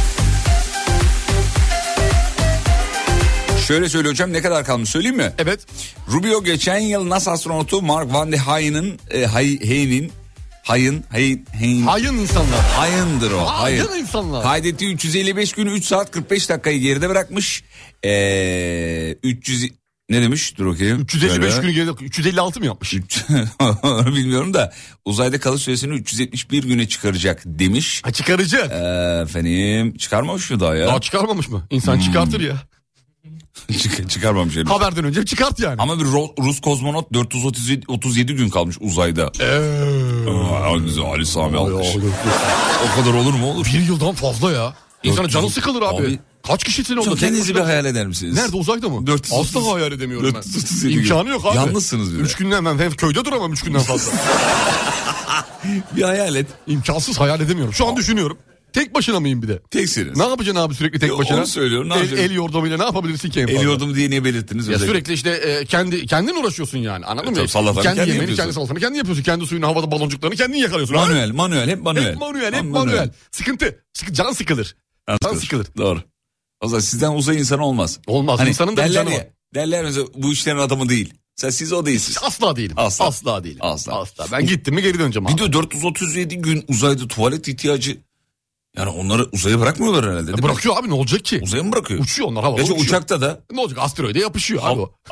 Şöyle söyleyeceğim, ne kadar kalmış söyleyeyim mi? Evet. Rubio geçen yıl NASA astronotu Mark Van de Hey'nin e, Hey'nin Hayın, hayın, hayın. Hayın insanlar. Hayındır o. Hayın. Hayın insanlar. Kaydettiği üç yüz elli beş günü üç saat kırk beş dakikayı geride bırakmış. Ee, üç yüz ne demiş? Dur bakayım. üç yüz elli beş günü geride, üç yüz elli altı mı yapmış? Bilmiyorum da uzayda kalış süresini üç yüz yetmiş bir güne çıkaracak demiş. Ha, çıkaracak. Ee, efendim çıkarmamış mı daha ya? Daha çıkarmamış mı? İnsan hmm. çıkartır ya. Çık- çıkarmamış henüz. Haberden önce çıkart yani. Ama bir Ro- Rus kozmonot dört yüz otuz yedi gün kalmış uzayda. Eee. Ali Sami almış. O kadar olur mu olur? Bir yıldan fazla ya. İnsanın canı sıkılır abi. abi Kaç kişisin orada? Kendinizi bir hayal eder misiniz? Nerede, uzayda mı? dört yüz otuz Asla hayal edemiyorum ben. İmkanı yok abi. Yalnızsınız bir de. Üç günden ben, ben köyde duramam üç günden fazla. Bir hayal et. İmkansız, hayal edemiyorum. Şu an düşünüyorum. Tek başına mıyım bir de? Teksiniz. Ne yapacaksın abi sürekli tek ya başına? Onu söylüyorum. Ne el, el yordamıyla ne yapabilirsin ki en fazla? El yordamı diye niye belirttiniz? Ya sürekli işte e, kendi kendin uğraşıyorsun yani, anladın e, mı? Kendi, kendi yemeğini, yapıyorsun. kendi salatanı kendin yapıyorsun. Kendi suyunu, havada baloncuklarını kendin yakalıyorsun. Manuel, abi. manuel, hep manuel. Hep manuel, hep manuel. manuel. Sıkıntı. Sıkı, can sıkılır. Can, can sıkılır. Doğru. O zaman sizden uzay insanı olmaz. Olmaz. Hani insanın da bir canı ya, var. Derler mesela bu işlerin adamı değil. Sen siz o değilsiniz. Asla değilim. Asla. Asla değilim. Asla. Asla. Ben gittim mi geri döneceğim abi. Bir de dört yüz otuz yedi gün uzayda tuvalet ihtiyacı. Yani onları uzaya bırakmıyorlar herhalde değil ya bırakıyor mi? Abi, ne olacak ki? Uzaya mı bırakıyor? Uçuyor onlar havada Gerçi uçuyor. Uçakta da. Ne olacak, asteroide yapışıyor abi o.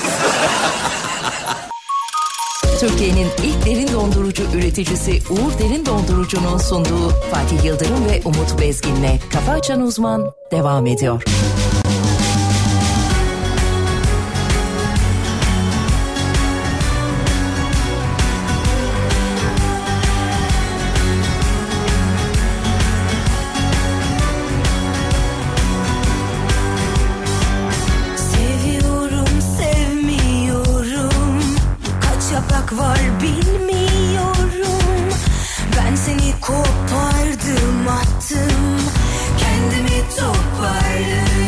Türkiye'nin ilk derin dondurucu üreticisi Uğur Derin Dondurucu'nun sunduğu Fatih Yıldırım ve Umut Bezgin'le Kafa Açan Uzman devam ediyor. Var bilmiyorum, ben seni kopardım attım, kendimi toparlıyorum.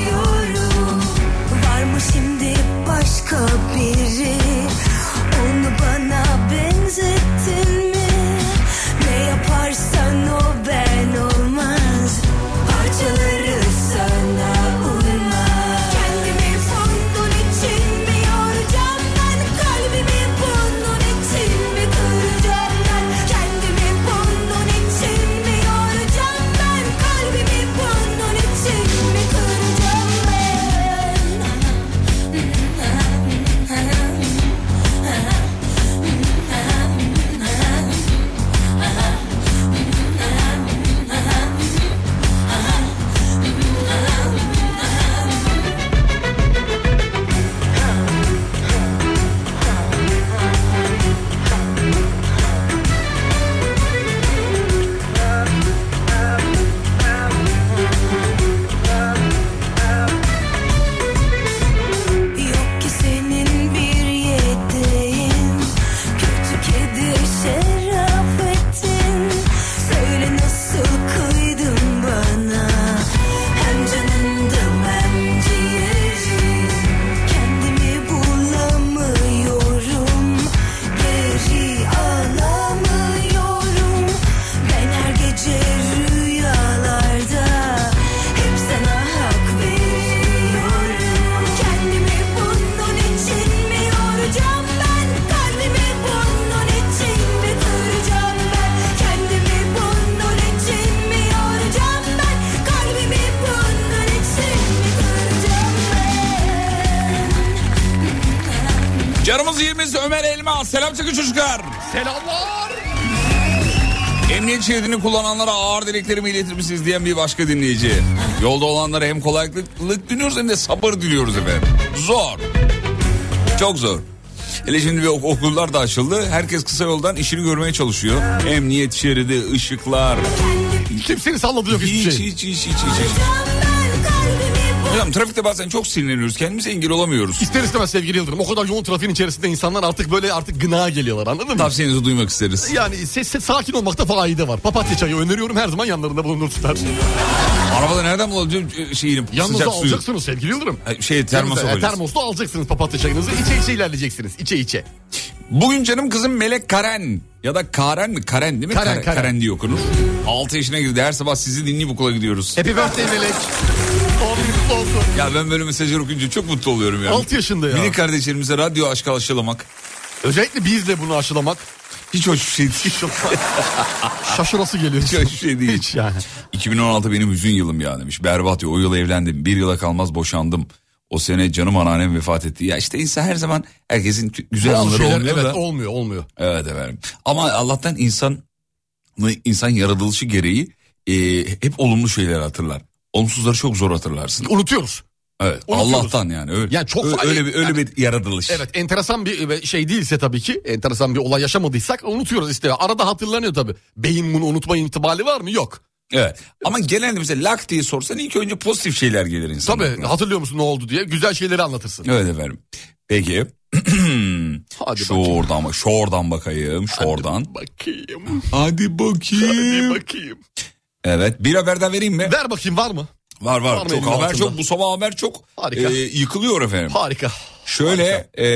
Canımız yirmisi Ömer Elma. Selam çakın çocuklar. Selamlar. Emniyet şeridini kullananlara ağır dileklerimi iletir misiniz diyen bir başka dinleyici. Yolda olanlara hem kolaylık diliyoruz hem de sabır diliyoruz efendim. Zor. Çok zor. Hele şimdi bir ok- okullar da açıldı. Herkes kısa yoldan işini görmeye çalışıyor. Emniyet şeridi, ışıklar. Kimsenin salladığı yok hiçbir Hiç, şey. hiç, hiç, hiç, hiç. Hocam trafikte bazen çok sinirleniyoruz. Kendimize engel olamıyoruz. İster istemez sevgili Yıldırım. O kadar yoğun trafiğin içerisinde insanlar artık böyle artık gına geliyorlar, anladın mı? Tavsiyenizi duymak isteriz. Yani ses, ses, sakin olmakta faide var. Papatya çayı öneriyorum, her zaman yanlarında bulundursunlar. Arabada nereden bulacağım şeyini? Yanınıza sıcak suyu? alacaksınız sevgili Yıldırım. Şey termos Yanınıza, e, alacağız. termosla alacaksınız papatya çayınızı. İçe içe ilerleyeceksiniz. İçe içe. Bugün canım kızım Melek Karen ya da Karen mi? Karen değil mi? Karen, Karen, Karen. Karen diye okunur. altı yaşına girdi. Her sabah sizi dinleyip okula gidiyoruz. Happy birthday Melek. Doğum günün kutlu olsun. Ya ben böyle mesajlar okuyunca çok mutlu oluyorum ya. altı yaşında ya. Minik kardeşlerimize radyo aşkı aşılamak. Özellikle biz de bunu aşılamak. Hiç hoş bir şey değil. Şaşırası geliyor. Hiç hoş bir şey değil. Hiç yani. iki bin on altı benim hüzün yılım ya demiş. Berbat ya, o yıl evlendim. Bir yıla kalmaz boşandım. O sene canım anneannem vefat etti. Ya işte insan her zaman herkesin güzel Bazı anları şeyler, olmuyor evet, da. olmuyor olmuyor. Evet efendim. Ama Allah'tan insan insan yaratılışı gereği e, hep olumlu şeyler hatırlar. Olumsuzları çok zor hatırlarsın. Unutuyoruz. Evet. Unutuyoruz. Allah'tan yani öyle. Yani çok öyle, fa- öyle bir öyle yani- bir yaratılış. Evet, enteresan bir şey değilse tabii ki, enteresan bir olay yaşamadıysak unutuyoruz işte. Arada hatırlanıyor tabii. Beyin bunu unutma ihtimali var mı? Yok. Evet. Ama genelde mesela lak diye sorsan ilk önce pozitif şeyler gelir insan. Tabii, hatırlıyor musun ne oldu diye güzel şeyleri anlatırsın. Evet efendim. Peki. Hadi şuradan ama şuradan bakayım. Şuradan. Bakayım. Hadi bakayım. Hadi bakayım. Evet. Bir haberden vereyim mi? Ver bakayım, var mı? Var var. Var mı çok elin haber altında? çok. Bu sabah haber çok. Harika. e, yıkılıyor efendim. Harika. Şöyle e,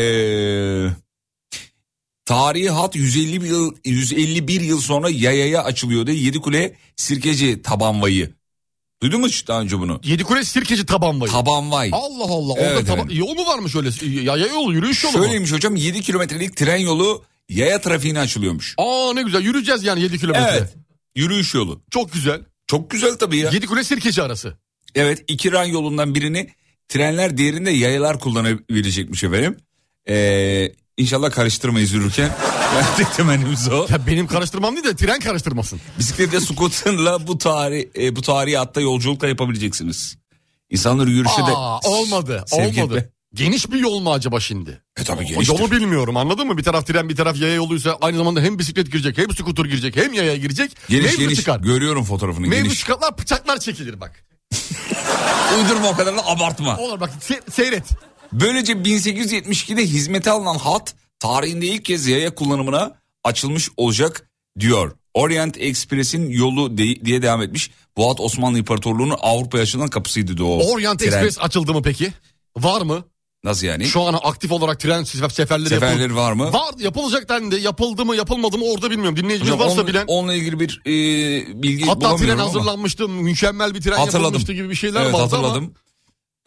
tarihi hat yüz elli bir yıl yüz elli bir yıl sonra yayaya açılıyor diye Yedikule Sirkeci Tabanvayı. Duydun mu hiç daha önce bunu? Yedikule Sirkeci Tabanvay. Tabanvay. Allah Allah. Orada Evet, taba- evet. yol mu varmış öyle? Yaya yolu, yürüyüş yolu mu? Şöyleymiş hocam, yedi kilometrelik tren yolu yaya trafiğine açılıyormuş. Aa ne güzel, yürüyeceğiz yani yedi kilometre. Evet. Yürüyüş yolu. Çok güzel. Çok güzel tabii ya. Yedikule Sirkeci arası. Evet, iki ran yolundan birini trenler, diğerinde yayalar kullanabilecekmiş efendim. Ee, inşallah karıştırmayız yürürken. Yani temennimiz o. Ya benim karıştırmam değil de tren karıştırmasın. Bisikletle, scooter'la bu tarih e, bu tarihi hatta yolculukla yapabileceksiniz. İnsanları yürüyüşe de Aa, olmadı. sevk Olmadı. etme. Geniş bir yol mu acaba şimdi? E tabii O geniştir. yolu bilmiyorum, anladın mı? Bir taraf tren, bir taraf yaya yoluysa aynı zamanda hem bisiklet girecek, hem scooter girecek, hem yaya girecek. Geniş Mevzu geniş. çıkar. Görüyorum fotoğrafını, Mevzu geniş. çıkartlar, bıçaklar çekilir bak. Uydurma, o kadar da abartma. Olur bak, se- seyret. Böylece bin sekiz yüz yetmiş ikide hizmete alınan hat tarihinde ilk kez yaya kullanımına açılmış olacak diyor. Orient Express'in yolu de- diye devam etmiş. Bu hat Osmanlı İmparatorluğu'nun Avrupa'ya açılan kapısıydı da o. Orient tren. Express açıldı mı peki? Var mı? Nasıl yani? Şu an aktif olarak tren sef- seferleri, Seferleri yapıl- var mı? Var, yapılacak dendi. Yapıldı mı yapılmadı mı orada bilmiyorum. Dinleyicimiz Hocam, varsa onunla, bilen. onunla ilgili bir e, bilgi Hatta bulamıyorum tren ama. hazırlanmıştı. Mükemmel bir tren Hatırladım. yapılmıştı gibi bir şeyler Evet, vardı ama. hatırladım. Ee,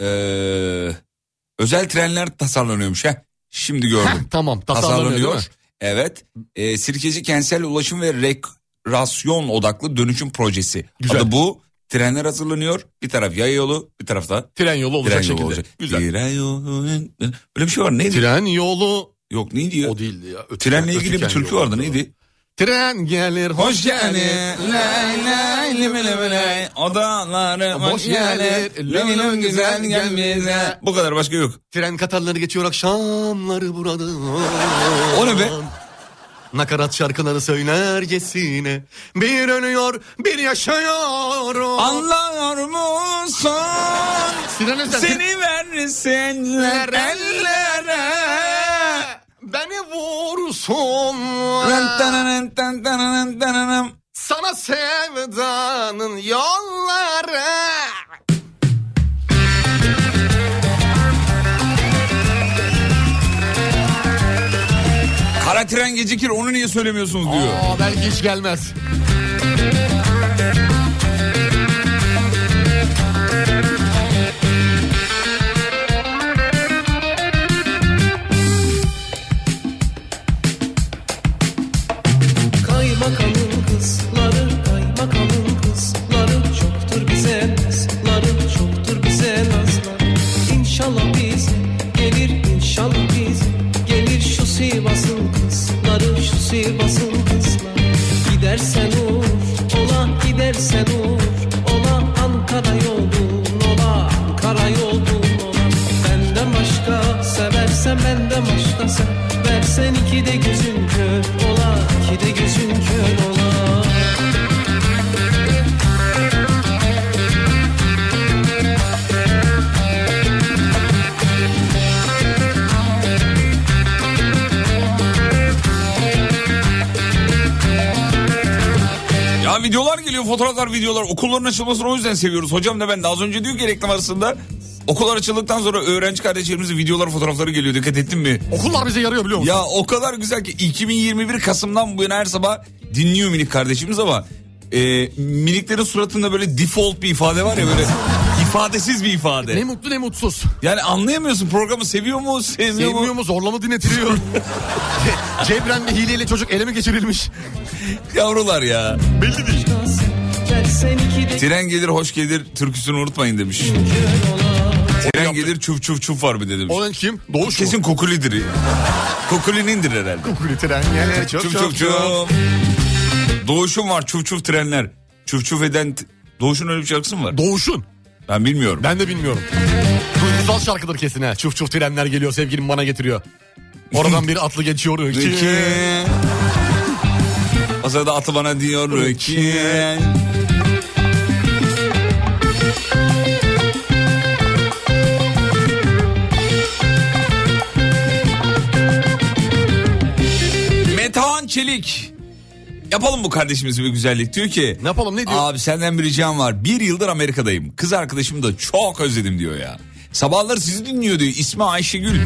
özel trenler tasarlanıyormuş. Heh, şimdi gördüm. Heh, tamam, tasarlanıyor, değil mi? Evet. Ee, Sirkeci Kentsel Ulaşım ve Rekreasyon Odaklı Dönüşüm Projesi. Güzel. Adı bu. Trenler hazırlanıyor. Bir taraf yaya yolu, bir tarafta Tren yolu olacak tren şekilde. yolu olacak. Güzel. Tren yolu. Öyle bir şey var. Neydi? Tren yolu. Yok, neydi ya? O değildi ya. Ötüken- Trenle ilgili bir ötüken türkü yolu. vardı. Neydi? Tren gelir hoş gelir. Lay lay lime lime lay. Odaları Hoş hoş gelir, gelir. lüm lüm Lüm güzel gel bize. Bu kadar, başka yok. Tren katarları geçiyor akşamları burada. O ne be? Nakarat şarkıları söylercesine. Bir ölüyor, bir yaşıyor. Anlıyor musun? Sinan Özen, Seni versinler ellere. beni vursun. Sana sevdanın yolları. Kara tren gecikir, onu niye söylemiyorsunuz diyor. Aa, belki hiç gelmez. Kaymakamın kızları, kaymakamın kızları çoktur bize nazları, çoktur bize nazları. İnşallah bize gelir, inşallah bize gelir videolar geliyor, fotoğraflar, videolar. Okulların açılmasını o yüzden seviyoruz. Hocam da ben de az önce diyor ki reklam arasında. Okullar açıldıktan sonra öğrenci kardeşlerimizin videolar, fotoğrafları geliyor. Dikkat ettin mi? Okullar bize yarıyor biliyor musun? Ya o kadar güzel ki iki bin yirmi bir Kasım'dan bu yana her sabah dinliyor minik kardeşimiz ama e, miniklerin suratında böyle default bir ifade var ya, böyle ifadesiz bir ifade. Ne mutlu ne mutsuz. Yani anlayamıyorsun, programı seviyor mu, sevmiyor, Sevmiyor mu, zorla mı dinletiliyor? Cebren ve hileyle çocuk ele mi geçirilmiş? Yavrular ya. Belli değil. Tren gelir hoş gelir türküsünü unutmayın demiş. Tren gelir çuf çuf çuf var bir de demiş. Olan kim? Doğuş Kesin mu? Kukuli'dir. Kukuli'nindir herhalde. Kukuli tren gelir çuf Çuf çuf çuf çuf. Doğuş'un var, çuf çuf trenler. Çuf çuf eden... T- Doğuş'un öyle bir şarkısı mı var? Doğuş'un. Ben bilmiyorum. Ben de bilmiyorum. Duygusal şarkıdır kesin ha. Çuf çuf trenler geliyor, sevgilim bana getiriyor. Oradan bir atlı geçiyor ki. Ki... O sırada atı bana diyor ki... Metehan Çelik. Yapalım bu kardeşimize bir güzellik. Diyor ki... Ne yapalım, ne diyor? Abi senden bir ricam var. Bir yıldır Amerika'dayım. Kız arkadaşımı da çok özledim diyor ya. Sabahları sizi dinliyor diyor. İsmi Ayşegül.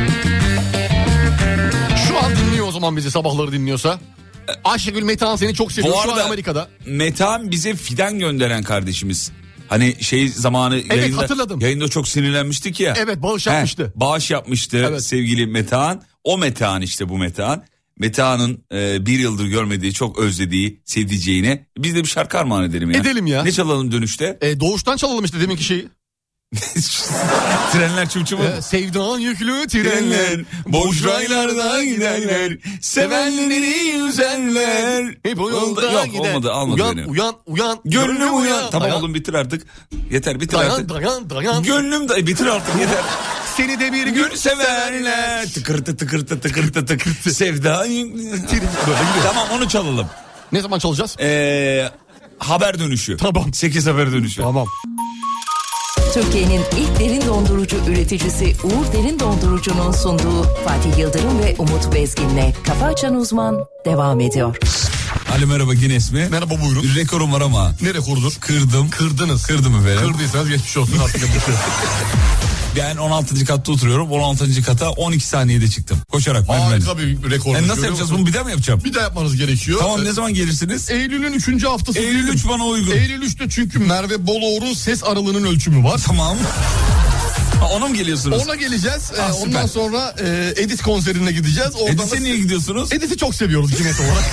Şu an dinliyor o zaman bizi, sabahları dinliyorsa. Ayşegül, Metehan seni çok seviyor. Bu Şu an arada Amerika'da. Metehan bize fidan gönderen kardeşimiz. Hani şey zamanı Evet, yayında, hatırladım. yayında çok sinirlenmiştik ya. Evet, bağış He, yapmıştı. bağış yapmıştı Evet. sevgili Metehan. O Metehan işte bu Metehan. Metehan'ın e, bir yıldır görmediği, çok özlediği, sevdiceğine biz de bir şarkı armağan edelim ya. Edelim ya. Ne çalalım dönüşte? E, Doğuş'tan çalalım işte deminki şeyi. Trenler çumçumu. E, sevdan yüklü trenler. Trenler boş raylarda giderler. Sevenleri yüzerler. Hep o yolda Yok gider. olmadı, almadı uyan, beni. Uyan uyan Gönlüm uyan. Tamam dayan, oğlum bitir artık. Yeter bitir Dayan artık. dayan dayan. Gönlüm de bitir artık yeter. Seni de bir gün Gül severler. Tıkırtı tıkırtı tıkırtı tıkırtı. Sevda. Tamam onu çalalım. Ne zaman çalacağız? Ee, haber dönüşü. Tamam. sekiz haber dönüşü. Tamam. Türkiye'nin ilk derin dondurucu üreticisi Uğur Derin Dondurucu'nun sunduğu Fatih Yıldırım ve Umut Bezgin'le Kafa Açan Uzman devam ediyor. Alo merhaba Guinness mi? Merhaba, buyurun. Bir rekorum var ama. Ne rekorudur? Kırdım. Kırdınız. Kırdım efendim. Kırdıysanız geçmiş olsun artık. Ben on altıncı katta oturuyorum. on altıncı kata on iki saniyede çıktım. Koşarak. Harika bir rekor. Yani nasıl yapacağız bunu, bir daha mı yapacağım? Bir daha yapmanız gerekiyor. Tamam, Ee, ne zaman gelirsiniz? Eylül'ün üçüncü haftası. Eylül üç bana uygun. Eylül üçte çünkü Merve Boluğur'un ses aralığının ölçümü var. Tamam. Ha, ona mı geliyorsunuz? Ona geleceğiz. Ee, Ah, ondan süper. sonra e, Edis konserine gideceğiz. Oradan Edis'e da- niye gidiyorsunuz? Edis'i çok seviyoruz Guinness olarak.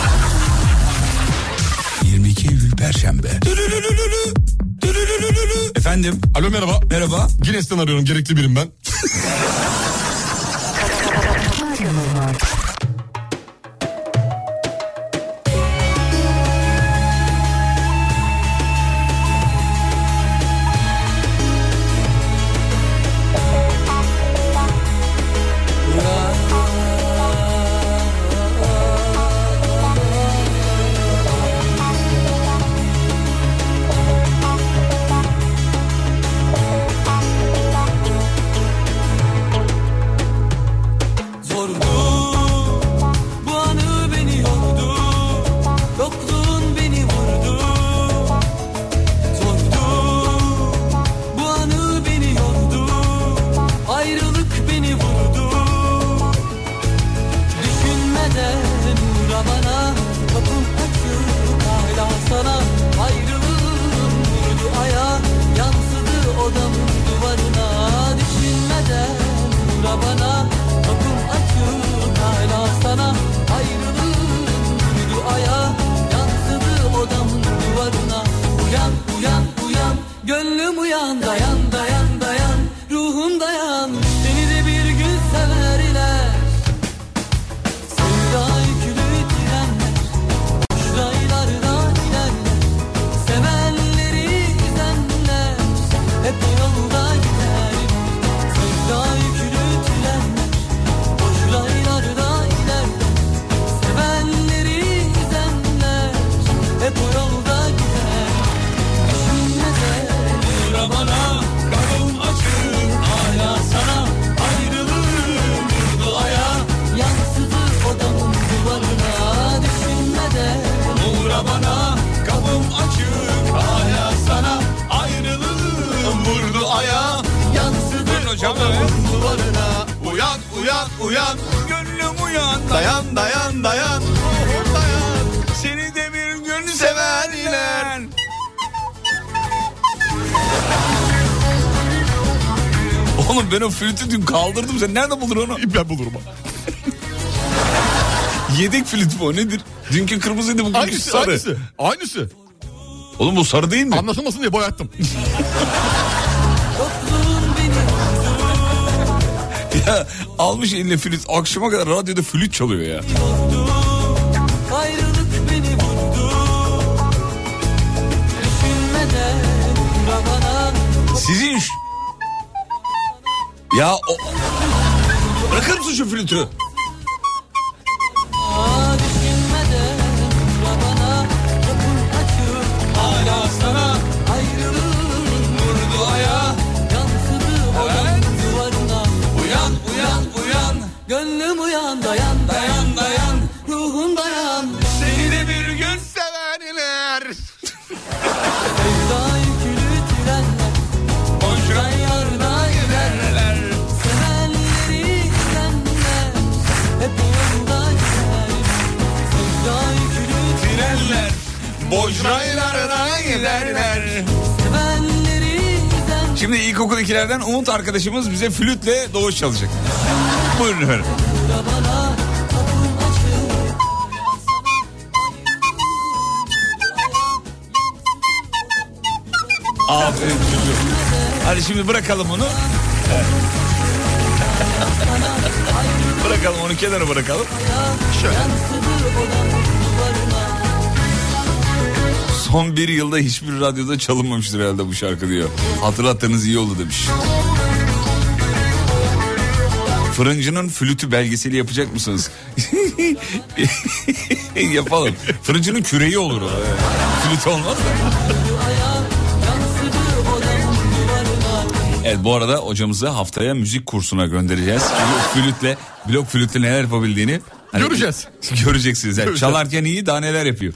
yirmi iki Eylül Perşembe. Efendim? Alo merhaba. Merhaba. Guinness'ten arıyorum, gerekli birim ben. Gönlüm uyan, dayan dayan dayan, ruhum dayan, seni de bir gün severler. Sevda yüklü trenler, boş raylarda giderler. Sevenleri üzenler, hep o yolda giderler. Sevda yüklü trenler, boş raylarda giderler. Sevenleri üzenler, hep o yolda giderler. Düşünmeden bana, kapım açık hala sana. akşam. Evet. Uyan uyan uyan. Gönlüm uyan. Dayan dayan dayan. Dayan. Seni de bir gün severler. Oğlum ben o flütü dün kaldırdım. Sen nerede buldun onu? Ben bulurum. Yedek flüt bu, nedir? Dünkü kırmızıydı, bugünkü Aynısı, sarı. aynısı. Aynısı. Oğlum bu sarı değil mi? Anlaşılmasın diye boyattım. Ya almış eline flüt, akşama kadar radyoda flüt çalıyor ya. Ayrılık beni vurdu. Düşünmeden bana. Sizin ş- Ya o... Bırakır mısın şu flütü? Aa, düşünmeden bana. Kapım açık hala sana. Ayrılık vurdu aya. Yansıdı odanın duvarına. Uyan uyan uyan. Gönlüm uyan dayan dayan dayan. Ruhum dayan. Seni de bir gün Sevenler. sevda yükülü trenler. Boşan yarına giderler. Sevenleri senler. Hep yolda gider. Sevda yükülü Trenler boş raylarına giderler. sevenleri senler. Şimdi ilkokul ikilerden Umut arkadaşımız bize flütle doğuş çalacak. Buyurun efendim. Bana kapım açık. Aferin çocuğum. Hadi şimdi bırakalım onu. Evet. Bırakalım onu, kenara bırakalım. Şöyle. Son bir yılda hiçbir radyoda çalınmamıştır herhalde bu şarkı diyor. Hatırlattığınız iyi oldu demiş. Fırıncının flütü belgeseli yapacak mısınız? Yapalım. Fırıncının küreği olur o. Flüt olmaz da. Evet, bu arada hocamızı haftaya müzik kursuna göndereceğiz. Çünkü flütle, blok flütle neler yapabildiğini hani göreceğiz. Göreceksiniz. Yani göreceğiz. Çalarken iyi, daha neler yapıyor.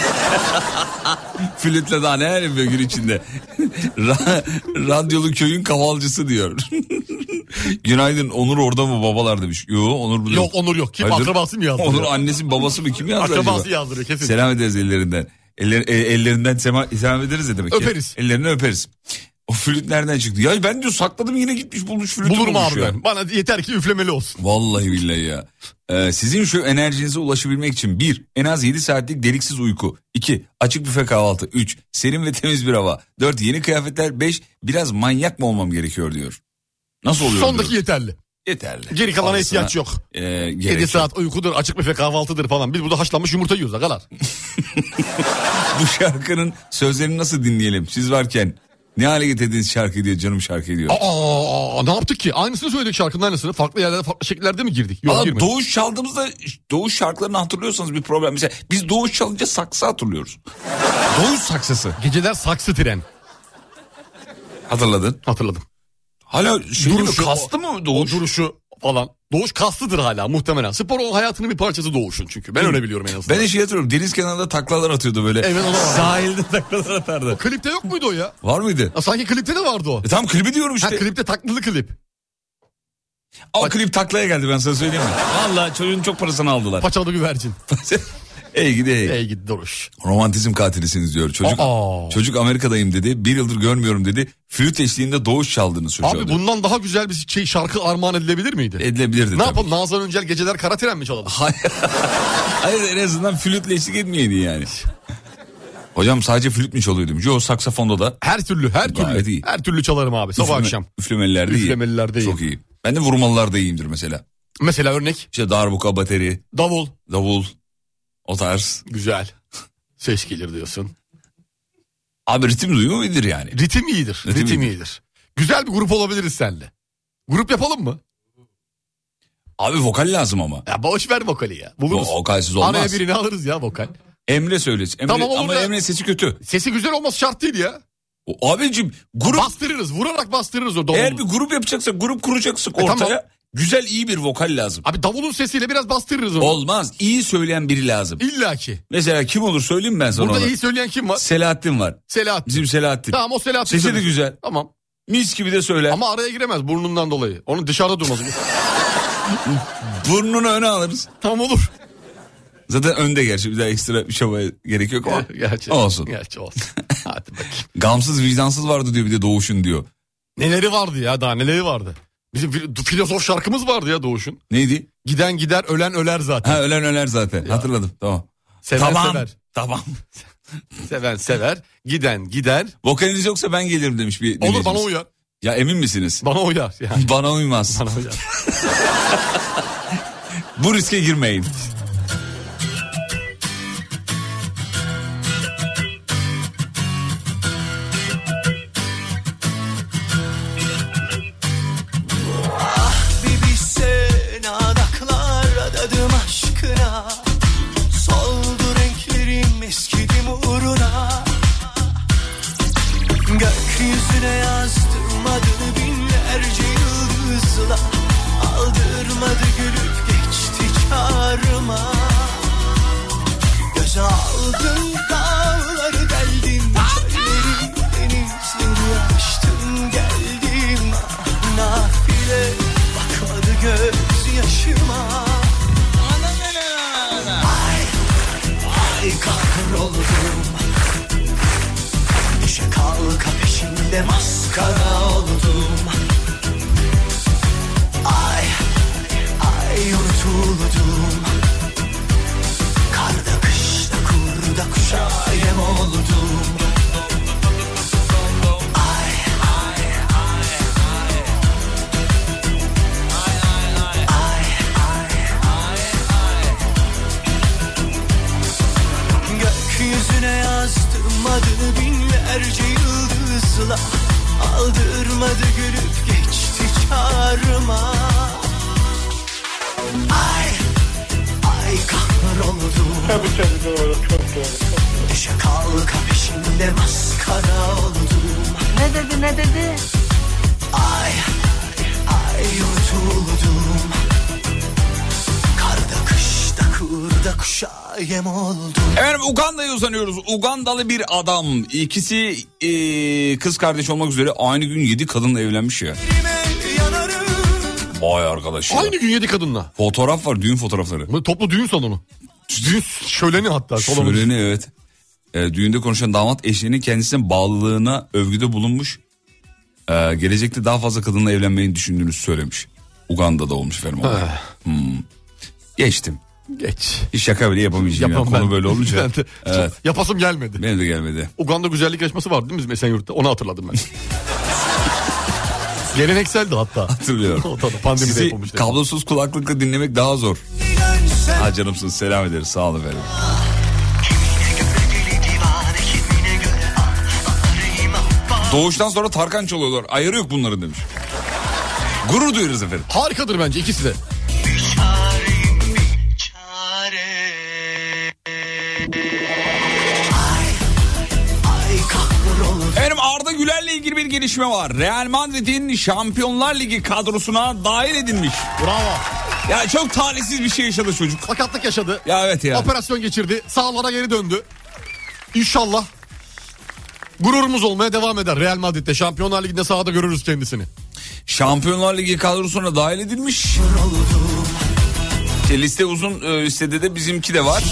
Flütle daha neler yapıyor gün içinde. Ra- radyolu köyün kavalcısı diyor. Günaydın, Onur orada mı babalar demiş. Yok, Onur burada. Yok, Onur yok. Kim, akrabası mı yazdırıyor? Onur annesi babası mı, kim yazdı Akrabası acaba? yazdırıyor kesin. Selam ederiz ellerinden. Eller, e, ellerinden sema, selam ederiz de demek ki. Öperiz. Ellerini öperiz. O flüt nereden çıktı? Ya ben diyor sakladım, yine gitmiş bulmuş flütü. Bulurum bulmuş abi ya. ben. Bana yeter ki üflemeli olsun. Vallahi billahi ya. Ee, sizin şu enerjinize ulaşabilmek için bir, en az yedi saatlik deliksiz uyku. iki, açık büfe kahvaltı. üç, serin ve temiz bir hava. dört, yeni kıyafetler. beş, biraz manyak mı olmam gerekiyor diyor. Nasıl oluyor? Sondaki diyor. yeterli. Yeterli. Geri kalana Fazlasına, ihtiyaç yok. E, yedi saat uykudur, açık büfe kahvaltıdır falan. Biz burada haşlanmış yumurta yiyoruz agalar. Bu şarkının sözlerini nasıl dinleyelim? Siz varken ne hale getirdiniz şarkıyı diye canım şarkı diyor. Aa, ne yaptık ki? Aynısını söyledik, şarkının aynısını. Farklı yerlerde, farklı şekillerde mi girdik? Yok, Aa, girmedik. Doğuş çaldığımızda, Doğuş şarkılarını hatırlıyorsanız bir problem. Mesela biz Doğuş çalınca saksı hatırlıyoruz. Doğuş saksısı. Geceler saksı tren. Hatırladın? Hatırladım. Hala şey mi, Duruşu, kastı mı O Doğuş? duruşu falan. Doğuş kaslıdır hala muhtemelen. Spor o hayatının bir parçası Doğuş'un çünkü. Ben öyle biliyorum en azından. Ben de şey hatırlıyorum, deniz kenarında taklalar atıyordu böyle. Evet, o da var. Sahilde taklalar atardı. O klipte yok muydu o ya? Var mıydı? Ha, sanki klipte de vardı o. E tamam, klibi diyorum işte. Ha, klipte taklalı klip. O klip taklaya geldi, ben sana söyleyeyim mi? Valla çocuğun çok parasını aldılar. Paçalı güvercin. Ey gidi ey. Ey gidi Doğuş. Romantizm katilisiniz diyor. Çocuk Aa. çocuk Amerika'dayım dedi. Bir yıldır görmüyorum dedi. Flüt eşliğinde Doğuş çaldığını söylüyor. Abi bundan daha güzel bir şey, şarkı armağan edilebilir miydi? Edilebilirdi Ne tabii. yapalım, Nazan Öncel Geceler Kara Tren mi çalalım? Hayır. Hayır, en azından flütle eşlik etmeyeydi yani. Hocam sadece flüt mü çalıyor demiş. Yok, saksafonda da. Her türlü, her Gayet türlü. iyi. Her türlü çalarım abi, sabah Üfleme- akşam. Üflemelilerde iyi. Üflemelilerde iyi. Çok iyi. Ben de vurmalılarda iyiyimdir mesela. Mesela örnek? İşte darbuka, bateri, Davul. davul, o tarz. Güzel. Ses gelir diyorsun. Abi ritim duyumu iyidir yani. Ritim iyidir. Ritim Ritim, iyidir. iyidir. Güzel bir grup olabiliriz seninle. Grup yapalım mı? Abi vokal lazım ama. Ya boş ver vokali ya. Buluruz. Vokalsiz olmaz. Araya birini alırız ya vokal. Emre söylesin. Emre, Tamam, olur ama ya. Emre sesi kötü. Sesi güzel olması şart değil ya. O, abicim grup, Bastırırız, vurarak bastırırız o davulu. eğer bir grup yapacaksak, grup kuracaksak E, ortaya, tamam. güzel iyi bir vokal lazım. Abi davulun sesiyle biraz bastırırız onu. Olmaz. İyi söyleyen biri lazım. İlla ki. Mesela kim olur söyleyeyim ben sana Burada onu. iyi söyleyen kim var? Selahattin var. Selahattin. Bizim Selahattin. Tamam, o Selahattin. Sesi de söylesin. güzel. Tamam. Mis gibi de söyler. Ama araya giremez burnundan dolayı. Onun dışarıda durması. Burnunu öne alırız. Tam olur. Zaten önde gerçi bir daha ekstra bir şabaya gerek yok ama Gerçi, olsun. Gerçi olsun. Hadi bakayım. Gamsız vicdansız vardı diyor bir de Doğuş'un diyor. Neleri vardı ya daha neleri vardı. Bizim fil- filozof şarkımız vardı ya Doğuş'un. Neydi? Giden gider ölen öler zaten. Ha ölen öler zaten ya. Hatırladım tamam. Seven tamam. sever. Tamam. Seven sever. Giden gider. Vokaliniz yoksa ben gelirim demiş bir dinleyicimiz. Olur bana uyar. Ya emin misiniz? Bana uyar. Yani. Bana uymaz. Bana uyar. Bu riske girmeyin. Bir bilsen adaklar adadım aşkına. Soldu renklerim eskidim uğruna. Gökyüzüne yazdım adını binlerce yıldızla. Aldırmadı gülüp geçti çağrıma. Göze aldım dağları deldim. Çölleri denizleri açtım geldim. Nafile bakmadı göz yaşıma. Ay, ay kahroldum. Düşe kalka peşinde maskara oldum. Ay, ay unutuldum. Karda kışta kurda kuşa yem oldum. Ay, ay, ay, ay. Ay, ay, ay, ay, ay. Gökyüzüne yazdım adını binlerce yıldızla. Aldırmadı gülüp geçti çağrıma. Ay, ay kahroldum. Tabii tabii doğru, çok doğru. Çok doğru. Düşe kalka peşinde maskara oldum. Ne dedi ne dedi? Ay, ay unutuldum. Karda kışta kurda kuşa yem oldum. Efendim Uganda'ya uzanıyoruz. Ugandalı bir adam. İkisi e, kız kardeş olmak üzere aynı gün yedi kadınla evlenmiş ya. Vay arkadaş ya. Aynı gün yedi kadınla. Fotoğraf var, düğün fotoğrafları. Bu toplu düğün salonu. Düğün şöleni hatta. salonu. Şöleni evet. E, düğünde konuşan damat eşinin kendisinin bağlılığına övgüde bulunmuş. E, gelecekte daha fazla kadınla evlenmeyi düşündüğünü söylemiş. Uganda'da olmuş efendim. Hmm. Geçtim. Geç. Hiç şaka bile yapamayacağım ya. Konu böyle olunca. Ben de, Evet. Yapasım gelmedi. Benim de gelmedi. Uganda güzellik yarışması vardı değil mi bizim Esenyurt'ta? Onu hatırladım ben. Gelenekseldi hatta. Hatırlıyorum. O da pandemide Sizi yapılmıştı. kablosuz kulaklıkla dinlemek daha zor. Ha canımsın, selam ederiz, sağ olun efendim. Doğuştan sonra Tarkan çalıyorlar. Ayarı yok bunların demiş. Gurur duyuyoruz efendim. Harikadır bence ikisi de. Efendim Arda Güler'le ilgili bir gelişme var. Real Madrid'in Şampiyonlar Ligi kadrosuna dahil edilmiş. Bravo. Ya çok talihsiz bir şey yaşadı çocuk. Sakatlık yaşadı. Ya evet ya. Operasyon geçirdi. Sahalara geri döndü. İnşallah gururumuz olmaya devam eder. Real Madrid'de Şampiyonlar Ligi'nde sahada görürüz kendisini. Şampiyonlar Ligi kadrosuna dahil edilmiş. İşte liste uzun, e, listede de bizimki de var.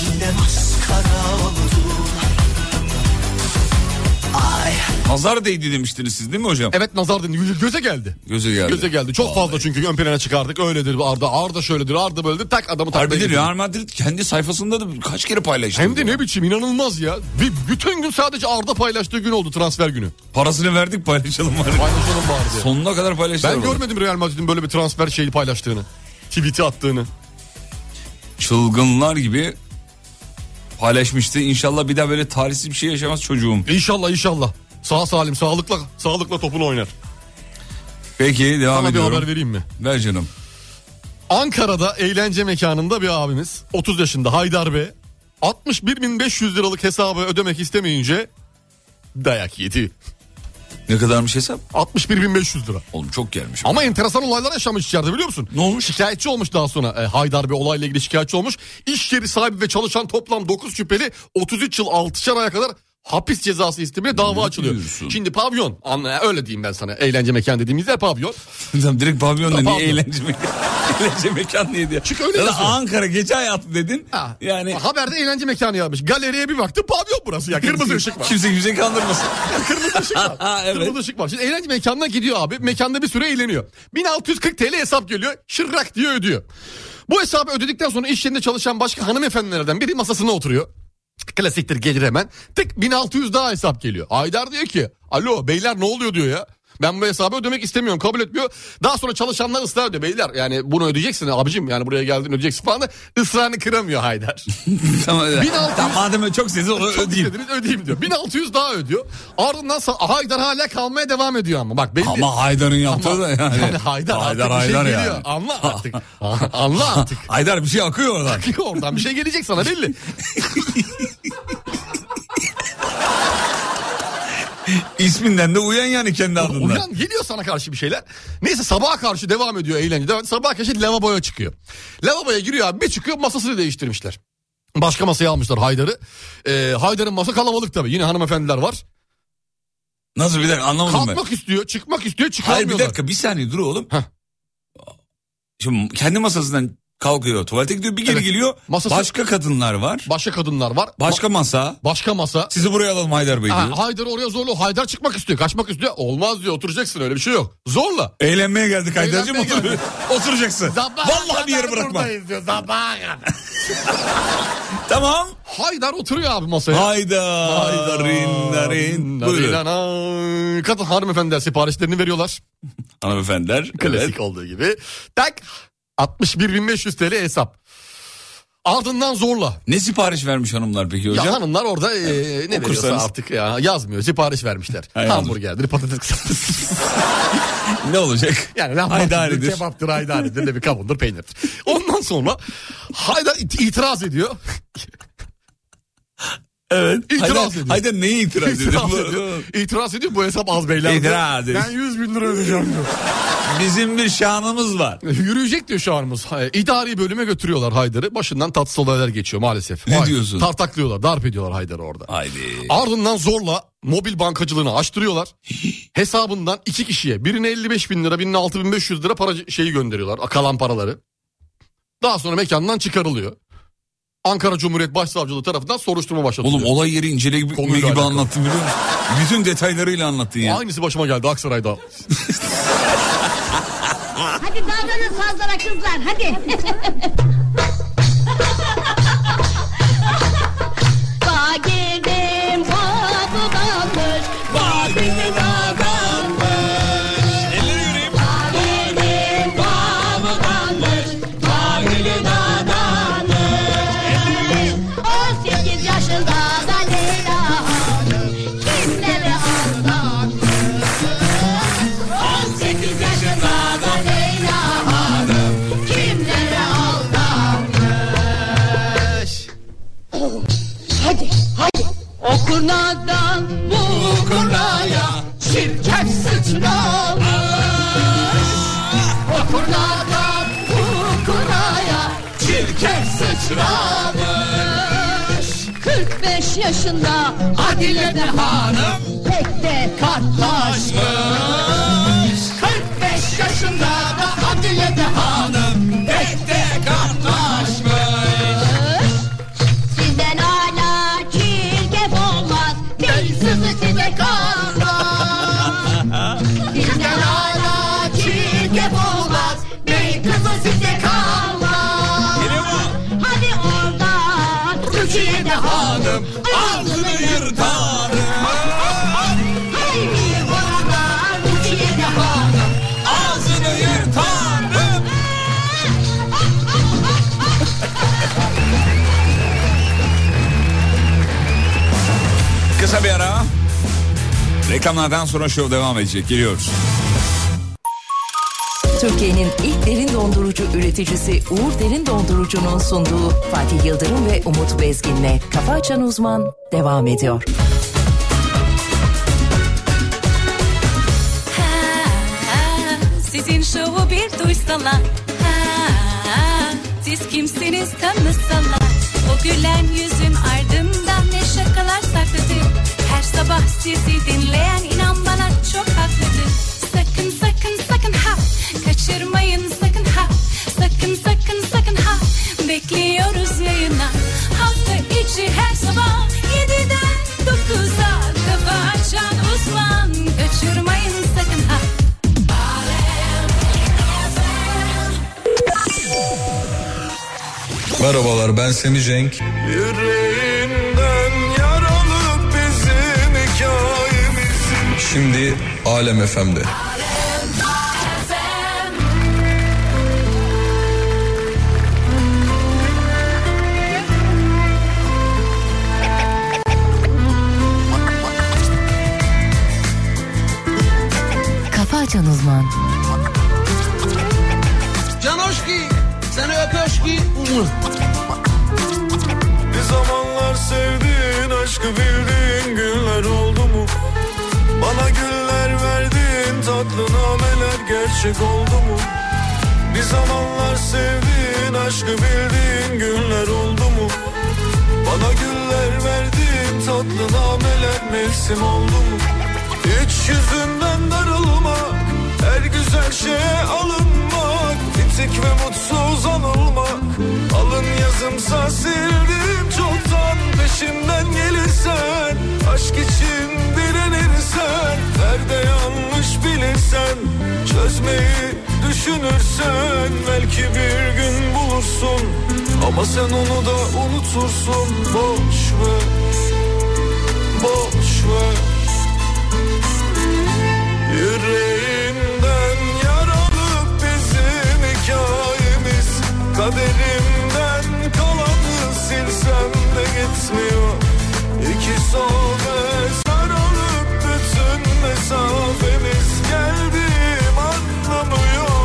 Nazar değdi demiştiniz siz değil mi hocam? Evet nazar değdi. Göze geldi. Göze geldi. Göze geldi. Çok Vallahi. fazla çünkü ön plana çıkardık. Öyledir Arda. Arda şöyledir. Arda böyledir. Tak adamı tak. Harbi de Real Madrid kendi sayfasında da kaç kere paylaştı. Hem de ne biçim inanılmaz ya. Bir, bütün gün sadece Arda paylaştığı gün oldu, transfer günü. Parasını verdik, paylaşalım var. Paylaşalım bari diye. Sonuna kadar paylaştılar. Ben görmedim Real Madrid'in böyle bir transfer şeyi paylaştığını. Tweet'i attığını. Çılgınlar gibi paylaşmıştı. İnşallah bir daha böyle talihsiz bir şey yaşamaz çocuğum. İnşallah inşallah. Sağ salim sağlıkla sağlıkla topunu oynar. Peki devam Sana ediyorum. bir haber vereyim mi? Ver canım. Ankara'da eğlence mekanında bir abimiz otuz yaşında Haydar Bey altmış bir bin beş yüz liralık hesabı ödemek istemeyince dayak yedi. Ne kadarmış hesap? altmış bir bin beş yüz lira. Oğlum çok gelmiş. Ama enteresan olaylar yaşamış içeride biliyor musun? Ne olmuş? Şikayetçi olmuş daha sonra e, Haydar Bey olayla ilgili şikayetçi olmuş. İş yeri sahibi ve çalışan toplam dokuz şüpheli otuz üç yıl altışar aya kadar hapis cezası istemiyle dava açılıyor. diyorsun? Şimdi pavyon, anla, öyle diyeyim ben sana. Eğlence mekan dediğimiz yer pavyon. Direkt pavyonda niye Pavyon. eğlence mekan? Eğlence mekan diye diye. Çünkü öyle Ya da yazıyor. Ankara gece hayatı dedin. Ha. Yani Haberde eğlence mekanı yazmış. Galeriye bir baktım, pavyon burası ya. Kırmızı ışık var. kimse kimseyi kandırmasın. Kırmızı ışık var. Ha, evet. Kırmızı ışık var. Şimdi eğlence mekanına gidiyor abi. Mekanda bir süre eğleniyor. bin altı yüz kırk T L hesap geliyor. Şırrak diye ödüyor. Bu hesabı ödedikten sonra iş yerinde çalışan başka hanımefendilerden biri masasına oturuyor. Klasiktir, gelir hemen. Tık bin altı yüz daha hesap geliyor. Haydar diyor ki alo beyler ne oluyor diyor ya. Ben bu hesabı ödemek istemiyorum, kabul etmiyor. Daha sonra çalışanlar ısrar ediyor. Beyler yani bunu ödeyeceksin abicim, yani buraya geldin ödeyeceksin falan da ısrarını kıramıyor Haydar. Tamam, bin altı yüz tamam, madem öyle çok sizi onu Çok ödeyeyim. istediniz, ödeyeyim diyor. bin altı yüz daha ödüyor. Ardından sa- Haydar hala kalmaya devam ediyor ama. Bak belli. Ama Haydar'ın yaptığı Ama- da yani. Yani Haydar, Haydar, artık bir şey Haydar geliyor. yani. Anla artık. Anla artık. Haydar bir şey akıyor oradan. Oradan bir şey gelecek sana belli. İsminden de uyan yani kendi adından. Uyan geliyor sana karşı bir şeyler. Neyse sabaha karşı devam ediyor eğlence. Devam- Sabaha karşı lavaboya çıkıyor. Lavaboya giriyor abi, bir çıkıyor masasını değiştirmişler. Başka masaya almışlar Haydar'ı. Ee, Haydar'ın masa kalabalık tabii. Yine hanımefendiler var. Nasıl bir dakika anlamadım ben. Kalkmak istiyor, çıkmak istiyor, Hayır çıkarmıyorlar. bir dakika bir saniye dur oğlum. Heh. Şimdi kendi masasından kalkıyor, tuvalete gidiyor, bir geri Evet. geliyor. Masası- Başka kadınlar var. Başka kadınlar var. Başka masa. Başka masa. Sizi buraya alalım Haydar Bey diyor. Ha, Haydar oraya zorla. Haydar çıkmak istiyor, kaçmak istiyor. Olmaz diyor, oturacaksın, öyle bir şey yok. Zorla. Eğlenmeye geldik Haydar'cığım, Eğlenmeye otur. geldik. Oturacaksın. Vallahi bir yere bırakma. Tamam. Haydar oturuyor abi masaya. Haydar. Rin, darin. Buyurun. Kadın hanımefendiler siparişlerini veriyorlar. Hanımefendiler. Klasik Evet. olduğu gibi. Tak altmış bir bin beş yüz T L hesap. Ardından zorla. Ne sipariş vermiş hanımlar peki hocam? Ya hanımlar orada e, ne veriyorsa Okursanız. artık ya yazmıyor. Sipariş vermişler. Hay Hamburgerdir, patates kızartması. Ne olacak? Yani lahmacundur, Haydaridir. kebaptır, haydaridir, ne bir kavundur, peynirdir. Ondan sonra Haydar it- itiraz ediyor. Evet. İtiraz Haydar, ediyor. Haydar neye itiraz ediyor? İtiraz Bu- ediyor. İtiraz ediyor, bu hesap az beyler. İtiraz ediyor. Ben yüz bin lira ödeyeceğim diyor. Bizim bir şanımız var. Yürüyecek diyor şahımız. İdari bölüme götürüyorlar Haydar'ı. Başından tatsız olaylar geçiyor maalesef. Ne Vay, diyorsun? Tartaklıyorlar, darp ediyorlar Haydar'ı orada. Haydi. Ardından zorla mobil bankacılığını açtırıyorlar. Hesabından iki kişiye birine elli beş bin lira, birine altı bin beş yüz lira para şeyi gönderiyorlar. Kalan paraları. Daha sonra mekandan çıkarılıyor. Ankara Cumhuriyet Başsavcılığı tarafından soruşturma başlatılıyor. Oğlum olay yeri inceleme gibi, Konuyla gibi alakalı. anlattın biliyor musun? Bütün detaylarıyla anlattın ya. Aynısı başıma geldi Aksaray'da. Hadi davranın sazlara kızlar hadi. Bağ girdim bağ budanmış. Bağ girdim dadanmış. Elleri yürüyeyim. Bağ girdim bağ budanmış. Bağ girdim dadanmış. on sekiz yaşında da Leyla Hanım kimlere aldanmış. on sekiz yaşında da Leyla Hanım kimlere aldanmış. Hadi hadi. O kurnadan bu kurnaya şirket sıçramış. O kurnadan bu kurnaya şirket sıçramış. kırk beş yaşında Adile de hanım pek de kartlaşmış. kırk beş yaşında da Adile de hanım pek de kartlaşmış. Sizden hala çirkef olmaz, bey sızı size kalmaz. Sizden hala çirkef olmaz, bey kızı size kalmaz. Hadi oradan Rukiye de hanım ağzını yırtarım. Haydi oradan Rukiye de hanım ağzını yırtarım. Kısa bir ara. Reklamlardan sonra show devam edecek. Geliyoruz. Türkiye'nin ilk derin dondurucu üreticisi Uğur Derin Dondurucu'nun sunduğu Fatih Yıldırım ve Umut Bezgin'le Kafa Açan Uzman devam ediyor. Ha, sizin şovu bir duysalar. Ha, siz kimsiniz tanısalar. O gülen yüzün ardından ne şakalar sakladı. sabah sizi dinleyen inan bana çok haklıdır. Sakın sakın sakın ha kaçırmayın sakın ha. Sakın sakın sakın ha bekliyoruz yayına. Hafta içi her sabah yediden dokuza kafa açan uzman. Kaçırmayın sakın ha. Merhabalar, ben Semih Cenk. Yüreğinden yaralı bizim hikayemiz. Şimdi Alem F M'de. Kafa Açan Uzman. Canoşki, seni öpöşki. Bir zamanlar sevdiğin aşkı bildiğin günler oldu mu? Bana güller verdiğin tatlı nameler gerçek oldu mu? Bir zamanlar sevdiğin aşkı bildiğin günler oldu mu? Bana güller verdiğin tatlı nameler mevsim oldu mu? Hiç yüzünden darılmak, her güzel şeye alınmak, bitik ve mutsuz anılmak. Alın yazımsa sildim çoktan, peşimden gelirsen, aşk için direnirsen, nerede yanlış bilirsen, çözmeyi düşünürsen, belki bir gün bulursun, ama sen onu da unutursun. Boş ver, boş ver. Yüreğinden yaralı bizim hikayemiz. Kaderimden kalanı silsem de gitmiyor. İki sohbet sarılıp bütün mesafemiz. Geldiğim anlamıyor.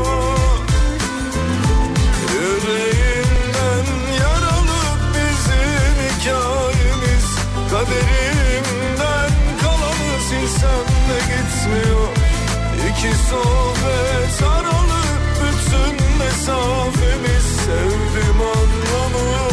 Yüreğinden yaralı bizim hikayemiz. Kaderimden kalanı silsem de gitmiyor. İki sohbet sarılıp bütün mesafemiz. Sevdim anlamıyor.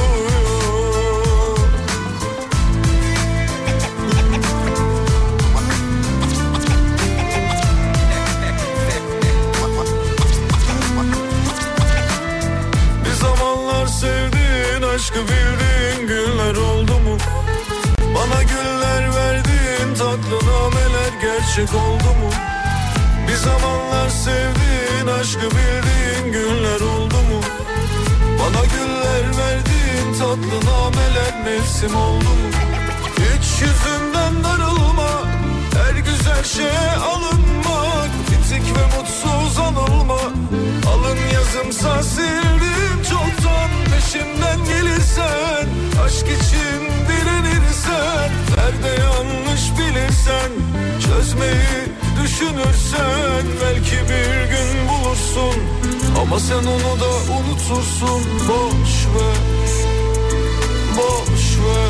Bir zamanlar sevdiğin aşkı bildiğin günler oldu mu? Bana güller verdiğin tatlı nameler gerçek oldu mu? Bir zamanlar sevdiğin aşkı bildiğin günler oldu mu? Bana güller verdiğin tatlı nameler mevsim oldu mu? Hiç yüzünden darılmak, her güzel şeye alınmak, bitik ve mutsuz anılmak. Alın yazımsa sildim çoktan, peşimden gelirsen, aşk için direnirsen, nerede yanlış bilirsen, çözmeyi düşünürsen, belki bir gün bulursun, ama sen onu da unutursun. Boş ver, boş ver.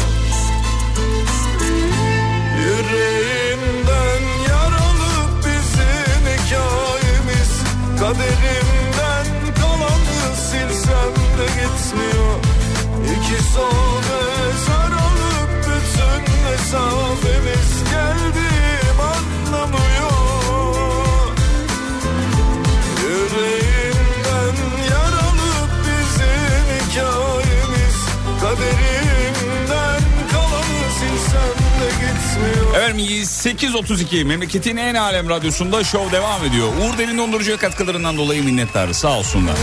Yüreğinden yaralı bizim hikayemiz. Kaderimden kalanı silsem de gitmiyor. İki sohbet sarılıp bütün mesafemiz. Geldiğim anlamıyor. Yüreğinden yaralı bizim hikayemiz. Kaderimden kalanı silsem de gitmiyor. Efendim sekiz otuz iki memleketin en alem radyosunda şov devam ediyor. Uğur Derin Dondurucu'ya katkılarından dolayı minnettarız, sağ olsunlar.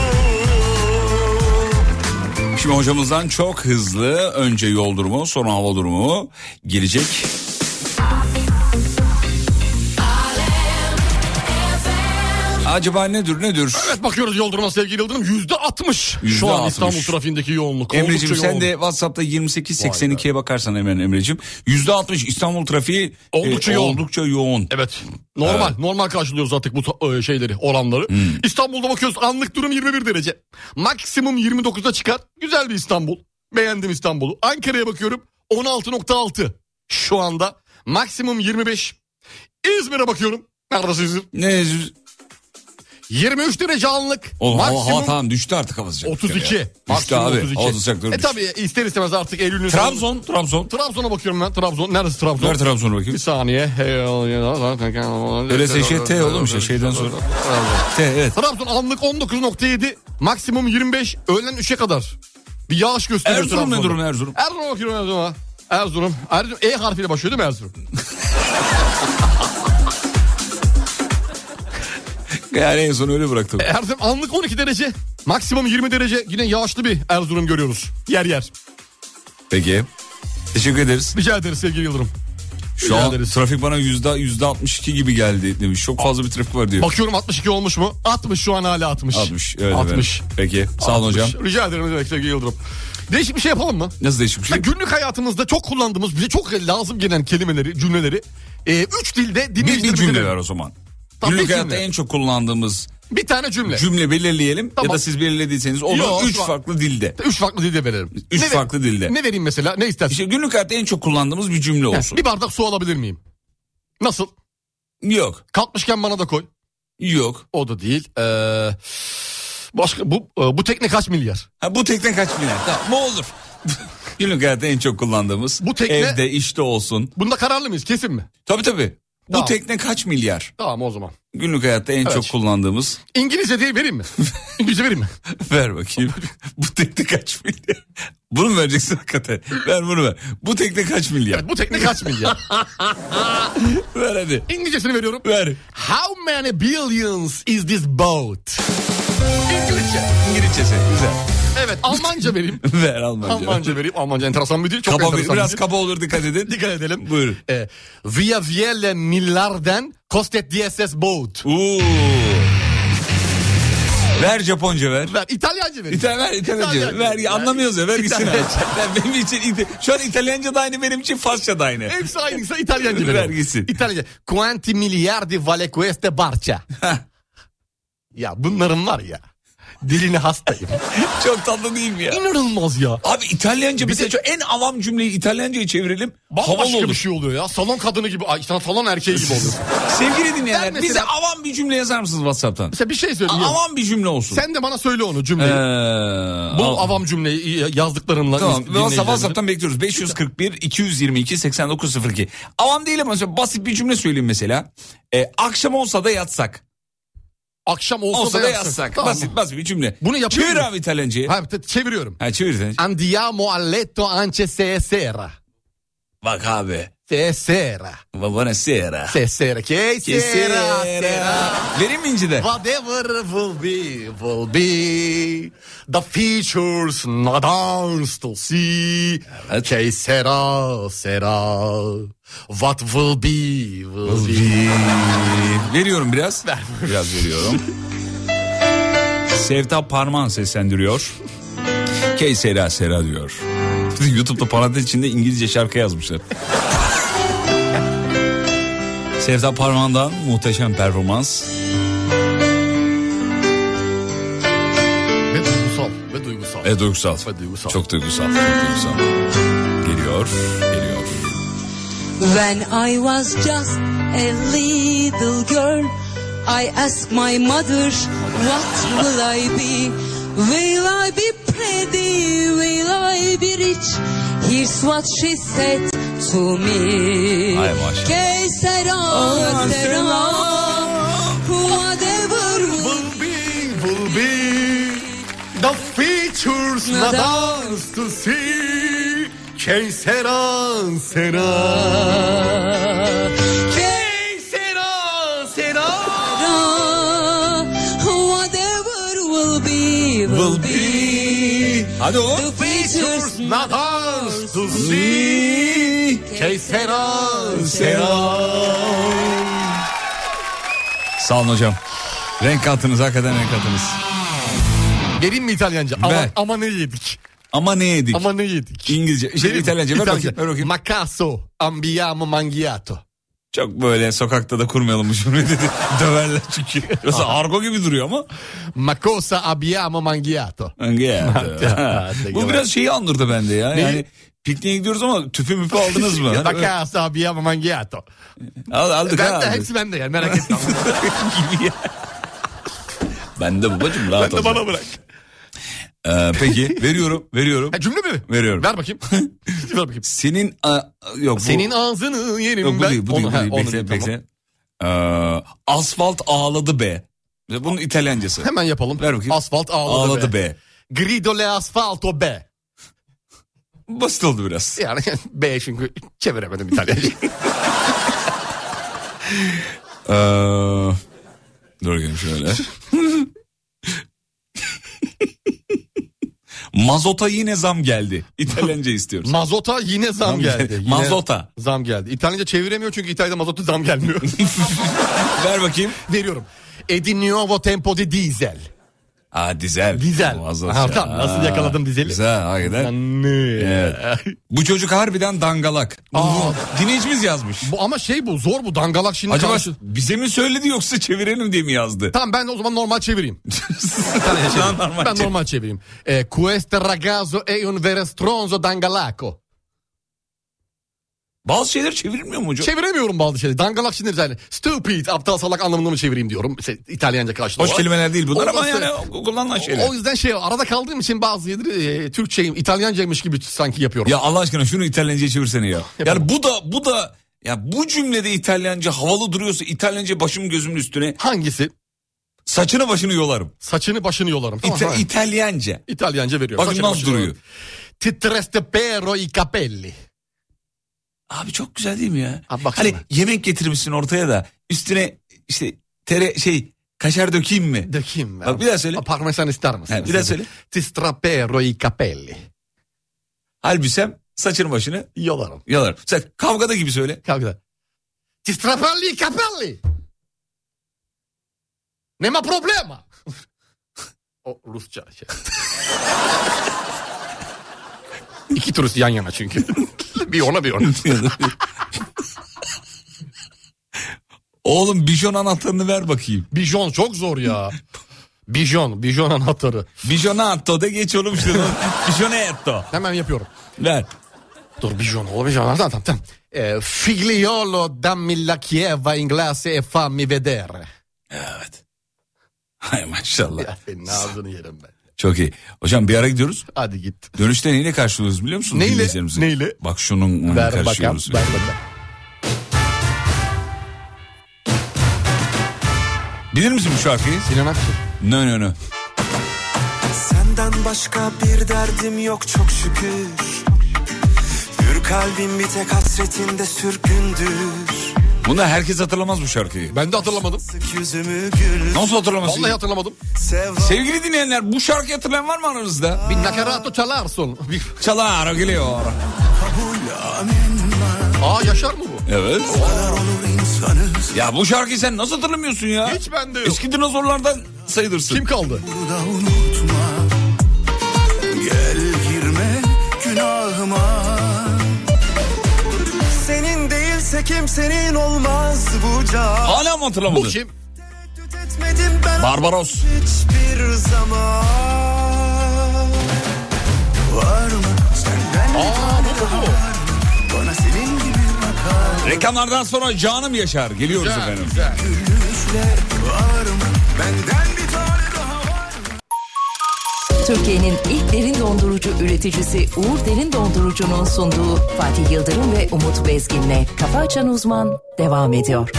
Şimdi hocamızdan çok hızlı önce yol durumu sonra hava durumu gelecek. Acaba nedir nedir? Evet, bakıyoruz yol durumuna sevgili Yıldırım. Yüzde altmış şu an İstanbul trafiğindeki yoğunluk. Emre'cim sen yoğun. de WhatsApp'ta yirmi sekiz seksen ikiye bakarsan hemen Emre'cim. Yüzde altmış İstanbul trafiği oldukça, e, yoğun. oldukça yoğun. Evet. Normal. Evet. Normal karşılıyoruz artık bu e, şeyleri, oranları. Hmm. İstanbul'da bakıyoruz, anlık durum yirmi bir derece. Maksimum yirmi dokuza çıkar. Güzel bir İstanbul. Beğendim İstanbul'u. Ankara'ya bakıyorum. on altı nokta altı şu anda. Maksimum yirmi beş. İzmir'e bakıyorum. Neredesiniz? Ne? yirmi üç derece anlık. Oğlum hava, maksimum hava tamam düştü artık hava sıcaklığı. otuz iki. Ya. Düştü Maksimum abi. otuz iki. Hava sıcaklığı E düştü. tabi ister istemez artık Eylül'ün... Trabzon, Trabzon. Trabzon'a bakıyorum ben. Trabzon. Neresi Trabzon? Ver Trabzon'a bakayım. Bir saniye. Öyle şey T oğlum işte şeyden sonra. T evet. Trabzon anlık on dokuz nokta yedi. Maksimum yirmi beş. Öğlen üçe kadar. Bir yağış gösteriyor Erzurum Trabzon'da. ne durum Erzurum? Erzurum'a bakıyorum Erzurum'a. Erzurum. Erzurum. E harfiyle başlıyor değil mi Erzurum? Yani en son öyle bıraktım. Erzurum anlık on iki derece. Maksimum yirmi derece. Yine yağışlı bir Erzurum görüyoruz. Yer yer. Peki. Teşekkür ederiz. Rica ederiz sevgili Yıldırım. Şu Rica an ederiz. trafik bana yüzde yüzde altmış iki gibi geldi demiş. Çok fazla bir trafik var diyor. Bakıyorum altmış iki olmuş mu? altmış şu an hala altmış. altmış. Evet, altmış. Evet. Peki. Sağ olun altmış. hocam. Rica ederim demek sevgili Yıldırım. Değişik bir şey yapalım mı? Nasıl değişik bir şey? Mesela günlük hayatımızda çok kullandığımız, bize çok lazım gelen kelimeleri, cümleleri e, üç dilde Bir, dinleyicilerimize... bir cümle ver o zaman. Tamam, Günlük bir hayatta cümle. en çok kullandığımız Bir tane cümle. cümle belirleyelim. Tamam. Ya da siz belirlediyseniz onu Yo, üç şu an- farklı dilde. Üç farklı dilde verelim. Üç Ne farklı ver- dilde. Ne vereyim mesela? Ne istersin? İşte günlük hayatta en çok kullandığımız bir cümle Heh, olsun. bir bardak su alabilir miyim? Nasıl? Yok. Kalkmışken bana da koy. Yok. O da değil. Ee, başka bu bu tekne kaç milyar? Ha, bu tekne kaç milyar? Tamam, bu olur. Günlük hayatta en çok kullandığımız. Bu tekne- Evde işte olsun. Bunda kararlı mıyız? Kesin mi? Tabii tabii. Bu Tamam. tekne kaç milyar? Tamam o zaman. Günlük hayatta en Evet. çok kullandığımız. İngilizce değil vereyim mi? İngilizce vereyim mi? Ver bakayım. Bu tekne kaç milyar? Bunu mu vereceksin hakikaten? Ver bunu ver. Bu tekne kaç milyar? Evet, bu tekne kaç milyar? Ver hadi. İngilizcesini veriyorum. Ver. How many billions is this boat? İngilizce. İngilizcesi güzel. Evet, Almanca vereyim. Ver Almanca. Almanca vereyim. Almanca enteresan bir dil. Çok Kaba bir, enteresan biraz bir dil. kaba olur dikkat edin. Dikkat edelim. Buyurun. Ee, via viele millarden kostet dieses boat. Oo. Ver Japonca ver. Ver, İtalyanca ver. İtalyan, ver İtalyanca. İtalyanca. Ver, ver anlamıyoruz ya ver gitsin. İtalyanca. Ver, benim için İta- şu an İtalyanca da aynı benim için Farsça da aynı. Hepsi aynıysa İtalyanca ver. Ver gitsin. İtalyanca. Quanti miliardi vale queste barca. Ya bunların var ya. Diline hastayım. Çok tatlı değil mi ya? İnanılmaz ya. Abi İtalyanca Bir mesela de- şu en avam cümleyi İtalyanca'ya çevirelim. Havalı Bambaşka olur. bir şey oluyor ya. Salon kadını gibi, ay, salon erkeği gibi oluyor. Sevgili dinleyenler Ben mesela- bize avam bir cümle yazar mısınız WhatsApp'tan? Mesela bir şey söyleyeyim. Avam bir cümle olsun. Sen de bana söyle onu cümleyi. Ee, Bu al- avam cümleyi yazdıklarınla. Tamam. dinleyicilerimizin. WhatsApp'tan bekliyoruz. beş yüz kırk bir iki yüz yirmi iki seksen dokuz sıfır iki. Avam değil ama mesela basit bir cümle söyleyeyim mesela. Ee, akşam olsa da yatsak. Akşam olsa, Olsa da da yatsak. yatsak. Tamam. Basit basit bir cümle. Bunu yapıyor Çevir mu? abi İtalyancayı. Ha, te- çeviriyorum. Ha çevir sen. Andiamo a letto anche se sera. Bak abi. Se sera. Babana sera. Se sera. Che Che sera. sera. Sera. Vereyim mi İnci'de? Whatever will be, will be. The features not ours to see. Che sera, sera. What will be, will be. Veriyorum biraz. Biraz veriyorum. Sevtap Parman seslendiriyor. Key sera sera diyor. YouTube'da parantez içinde İngilizce şarkı yazmışlar. Sevtap Parman'dan muhteşem performans. Ve duygusal, ve duygusal. Ve duygusal. Ve duygusal. Çok duygusal. Çok duygusal. Geliyor. Geliyor. When I was just a little girl, I asked my mother, what will I be? Will I be pretty? Will I be rich? Here's what she said to me. Ay maşallah. Que sera, sera, whatever will be, will be. The features not ours to see. Che sera, sera. Che sera, sera. whatever will be, will be. Hadi oğlum. The features Not ours to see. Che sera, sera. Sağ olun hocam. Renk kattınız hakikaten renk kattınız. Vereyim mi İtalyanca? Ama, Ver. ama ne yedik? Ama ne yedik? Ama ne yedik? İngilizce. Şey, Vereyim mi? İtalyanca. Ver bakayım. Ver bakayım. Macasso, ambiamo mangiato. Çok böyle sokakta da kurmayalım bu cümleyi dedi. Döverler çünkü. Yoksa argo gibi duruyor ama. Ma cosa abbiamo mangiato? Bu biraz şeyi andırdı bende ya. Ne? Yani pikniğe gidiyoruz ama tüpü müpü aldınız mı? Ma cosa abbiamo mangiato? Al, aldık Ben ha. de aldık. hepsi bende yani merak etme. Gibi ya. Ben de babacığım rahat ol. Ben de bana bırak. Ee, peki veriyorum veriyorum. Ha, cümle mi? Veriyorum. Ver bakayım. Ver bakayım. Senin a, yok bu. Senin ağzını yerim Yok, bu ben. değil, bu değil, Onu, bu ha, değil. onu Bekle, değil, bekle. tamam. Ee, asfalt ağladı be. Bunun İtalyancası. Hemen yapalım. Ver bakayım. Asfalt ağladı, Ağladı be. be. Grido le asfalto be. Basit oldu biraz. Yani B çünkü çeviremedim İtalyanca. ee, dur bakayım şöyle. Mazota yine zam geldi. İtalyanca istiyoruz. Mazota yine zam, Zam geldi. geldi. Yine Mazota. Zam geldi. İtalyanca çeviremiyor çünkü İtalya'da mazota zam gelmiyor. Ver bakayım. Veriyorum. E di nuovo tempo di diesel. Aa dizel. Dizel. Mazot Aha, ya. tamam, nasıl yakaladım dizeli? Güzel hakikaten. Evet. Bu çocuk harbiden dangalak. Aa. Dinleyicimiz yazmış. Bu, ama şey bu zor bu dangalak şimdi. Acaba karşı... bize mi söyledi yoksa çevirelim diye mi yazdı? Tamam ben o zaman normal çevireyim. normal ben çevir. normal çevireyim. E, Questo ragazzo è un vero stronzo dangalaco. Bazı şeyler çevrilmiyor mu hocam? Çeviremiyorum bazı şeyleri. Dangalak şimdi yani stupid, aptal salak anlamında mı çevireyim diyorum. Mesela İtalyanca karşılığı Hoş var. kelimeler değil bunlar ama Olmazsa- yani kullanılan şeyler. O yüzden şey arada kaldığım için bazı yerleri e, Türkçeyim, İtalyancaymış gibi sanki yapıyorum. Ya Allah aşkına şunu İtalyanca'ya çevirsene ya. Yapalım. Yani bu da bu da ya bu cümlede İtalyanca havalı duruyorsa İtalyanca başım gözümün üstüne. Hangisi? Saçını başını yolarım. Saçını başını yolarım. Tamam, İta- ha. İtalyanca. İtalyanca veriyorum. Bakın Saçını nasıl başını duruyor. yolarım. Ti trestepero i capelli. Abi çok güzel değil mi ya? Abi baksana. Hani yemek getirmişsin ortaya da üstüne işte tere şey kaşar dökeyim mi? Dökeyim ben. Bak bir daha söyle. Parmesan ister misin? He, bir daha söyle. Ti strappero i capelli. Halbuki saçını başını Yolarım. yolarım. Sen kavgada gibi söyle. Kavgada. Ti strappelli i capelli. Ne ma problema? O Rusça şey. İki turist yan yana çünkü. bir ona bir ona. Oğlum bijon anahtarını ver bakayım. Bijon çok zor ya. Bijon, bijon anahtarı. Bijonatto de geç oğlum işte. Bijonetto. Hemen yapıyorum. Ver. Dur bijon oğlum bijon anahtar tamam tamam. Eh, figliolo dammi la chieva in glace e fammi vedere. Evet. Hay maşallah. Ya senin ağzını yerim ben. Çok iyi. Hocam bir ara gidiyoruz. Hadi git. Dönüşte neyle karşılıyoruz biliyor musunuz? Neyle? dinleyicilerimizi? Neyle? Bak şunun Ver bakalım. karşılıyoruz. Ver bakalım. Bilir misin bu şarkıyı? Sinan Aksu. No no no. Senden başka bir derdim yok çok şükür. Yürü kalbim bir tek hasretinde sürgündür. Bunu herkes hatırlamaz bu şarkıyı. Ben de hatırlamadım. Yüzümü gül. Nasıl hatırlamasın? Vallahi hatırlamadım. Sevgili dinleyenler bu şarkıyı hatırlayan var mı aranızda? Bir nakarato çalarsın. Bir... Çalar geliyor. Aa Yaşar mı bu? Evet. Ya bu şarkıyı sen nasıl hatırlamıyorsun ya? Hiç bende yok. Eski dinozorlardan sayılırsın. Kim kaldı? Burada unutma. Gel girme günahıma. Senin değilse kimsenin olmaz bu can. Hala mı hatırlamadın? Bu kim? Etmedim ben Barbaros. hiçbir zaman. Var mı senden bir Aa tane bu daha bu. var mı? Bana senin gibi bakar. Reklamlardan sonra Canım Yaşar. Geliyoruz Güzel, efendim. güzel. Gülüşler var mı? Benden bir tane daha var mı? Türkiye'nin ilk derin dondurucu üreticisi Uğur Derin Dondurucu'nun sunduğu Fatih Yıldırım ve Umut Bezgin'le Kafa Açan Uzman devam ediyor.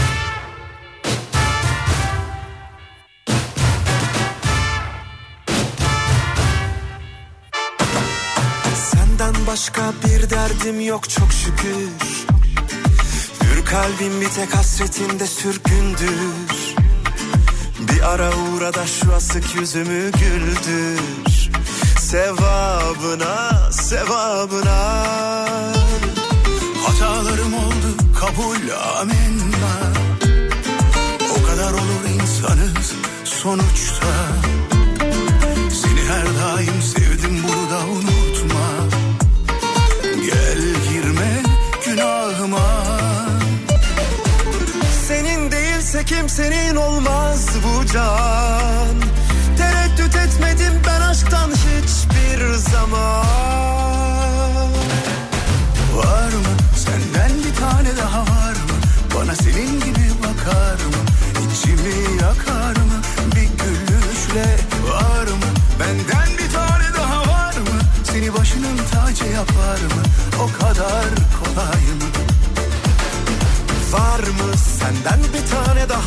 Senden başka bir derdim yok çok şükür. Yürü kalbim bir tek hasretinde sürgündür. Bir ara uğra da şu asık yüzümü güldür. Sevabına, sevabına. Hatalarım oldu kabul amenna. O kadar olur insanız sonuçta. Seni her daim sevdim burada unutma. Gel girme günahıma. Senin değilse kimsenin olmaz bu can. Tereddüt etmedim ben aşktan hiçbir zaman. Var mı senden bir tane daha var mı? Bana senin gibi bakar mı? İçimi yakar mı? Bir gülüşle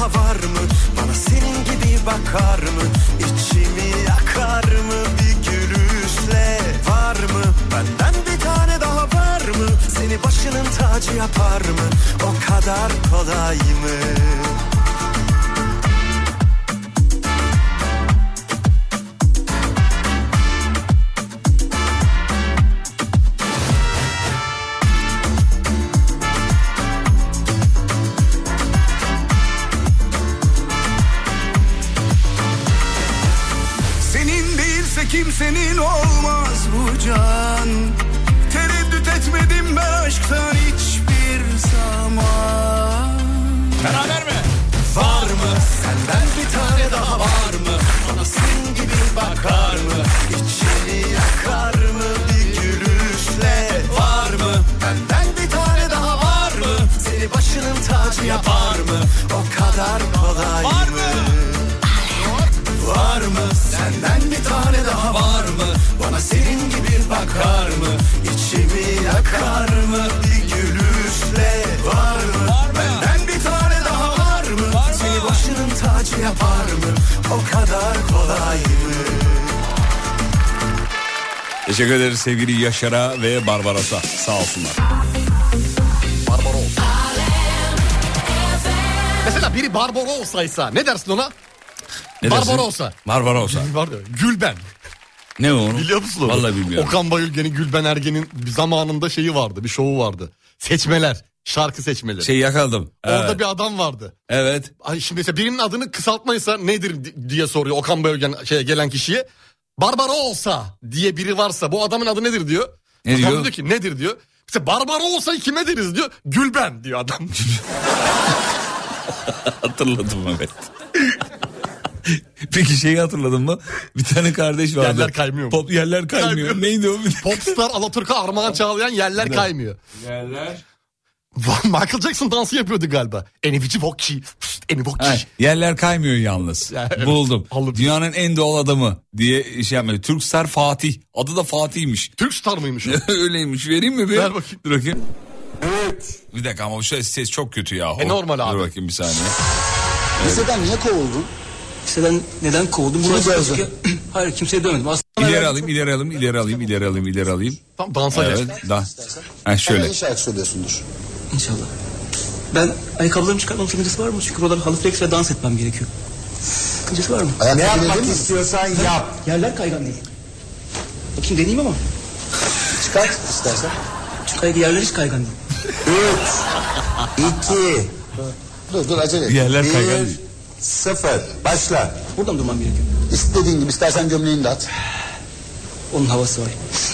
daha var mı? Bana senin gibi bakar mı? İçimi yakar mı bir gülüşle? Var mı? Benden bir tane daha var mı? Seni başının tacı yapar mı? O kadar kolay mı? Kimsenin olmaz bu can. Tereddüt etmedim ben aşktan hiçbir zaman. Beraber mi? Var mı? Senden bir tane daha var mı? Bana senin gibi bakar mı? İçini yakar mı bir gülüşle? Var mı? Benden bir tane daha var mı? Seni başının tacı yapar mı? O kadar kolay var mı? mı? Var mı? Senden bir tane daha var mı? Bana senin gibi bakar mı? İçimi yakar mı bir gülüşle? Var mı? Var mı? Benden bir tane daha var mı? Var mı? Seni başının tacı yapar mı? O kadar kolay mı? Teşekkür ederiz sevgili Yaşar'a ve Barbaros'a. Sağ olsunlar. Barbaros. Mesela biri Barbarosa'ysa ne dersin ona? Ne Barbarosa. dersin? Barbarosa. Gülben. Ne o onu? Biliyor musun onu? Vallahi bilmiyorum. Okan Bayülgen'in Gülben Ergen'in bir zamanında şeyi vardı. Bir şovu vardı. Seçmeler. Şarkı seçmeleri. Şey yakaladım. Orada Evet. bir adam vardı. Evet. Ay şimdi mesela birinin adını kısaltmaysa nedir di- diye soruyor Okan Bayülgen şeye gelen kişiye. Barbarosa diye biri varsa bu adamın adı nedir diyor. Ne adam diyor? diyor ki nedir diyor. İşte Barbarosa'yı kime deriz diyor. Gülben diyor adam. Hatırladım evet. Peki şeyi hatırladın mı? Bir tane kardeş vardı. Yerler kaymıyor mu? Pop yerler kaymıyor. Kaymıyor. Neydi o? Popstar Alaturka Armağan Çağlayan yerler Evet. kaymıyor. Yerler. Michael Jackson dansı yapıyordu galiba. Enivici Vokçi. Enivici. Ha, yerler kaymıyor yalnız. Ya, evet. Buldum. Aldım. Dünyanın en doğal adamı diye şey yapmıyor. Türkstar Fatih. Adı da Fatih'miş. Türk star mıymış o? Öyleymiş. Vereyim mi bir? Ver bakayım. Dur bakayım. Evet. Bir dakika ama şu ses çok kötü ya. E, normal abi. Dur bakayım bir saniye. Liseden niye kovuldun? Liseden neden kovuldum? Kimi Burası dövdün? başka- Hayır kimseye dövmedim. Aslında İleri alayım, ileri alayım, ileri alayım, ileri alayım, ileri alayım. Tam dansa Evet, gel. da. Ha şöyle. İyi şarkı söylüyorsundur. İnşallah. Ben ayakkabılarımı çıkarmam sakıncası var mı? Çünkü buralar halı flex ve dans etmem gerekiyor. Sakıncası var mı? Ayakkabı Ne yapmak denedin mi? istiyorsan yap. Yerler kaygan değil. Bakayım deneyeyim ama. Çıkart istersen. Çünkü ayak- yerler hiç kaygan değil. Üç, iki, dur dur acele et. Yerler Bir, kaygan değil. sıfır, başla. Buradan durmam gerekiyor. İstediğin gibi istersen gömleğini de at. Onun havası var.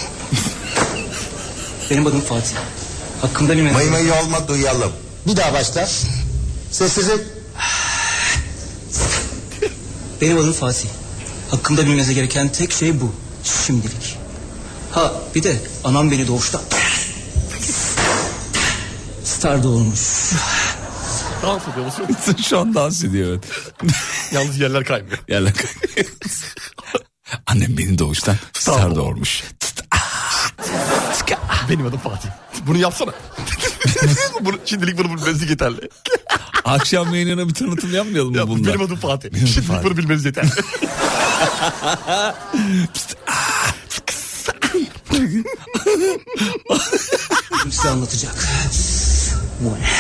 Benim adım Fatih. Hakkımda bir Mayı mayı olma duyalım. Bir daha başla. Sessizlik. Benim adım Fatih. Hakkımda bilmenize gereken tek şey bu. Şimdilik. Ha bir de anam beni doğuşta star doğurmuş. Dans ediyor musun? Şu an dans ediyor evet. Yalnız yerler kaymıyor. Yerler kaymıyor. Annem beni doğuştan star doğurmuş. Benim adım Fatih. Bunu yapsana. bunu, şimdilik bunu bilmeniz yeterli. Akşam yayınına bir tanıtım yapmayalım mı Ya, bundan? benim adım Fatih. Benim adım Şimdilik Fatih. bunu bilmeniz yeterli. Size anlatacak. Bu ne?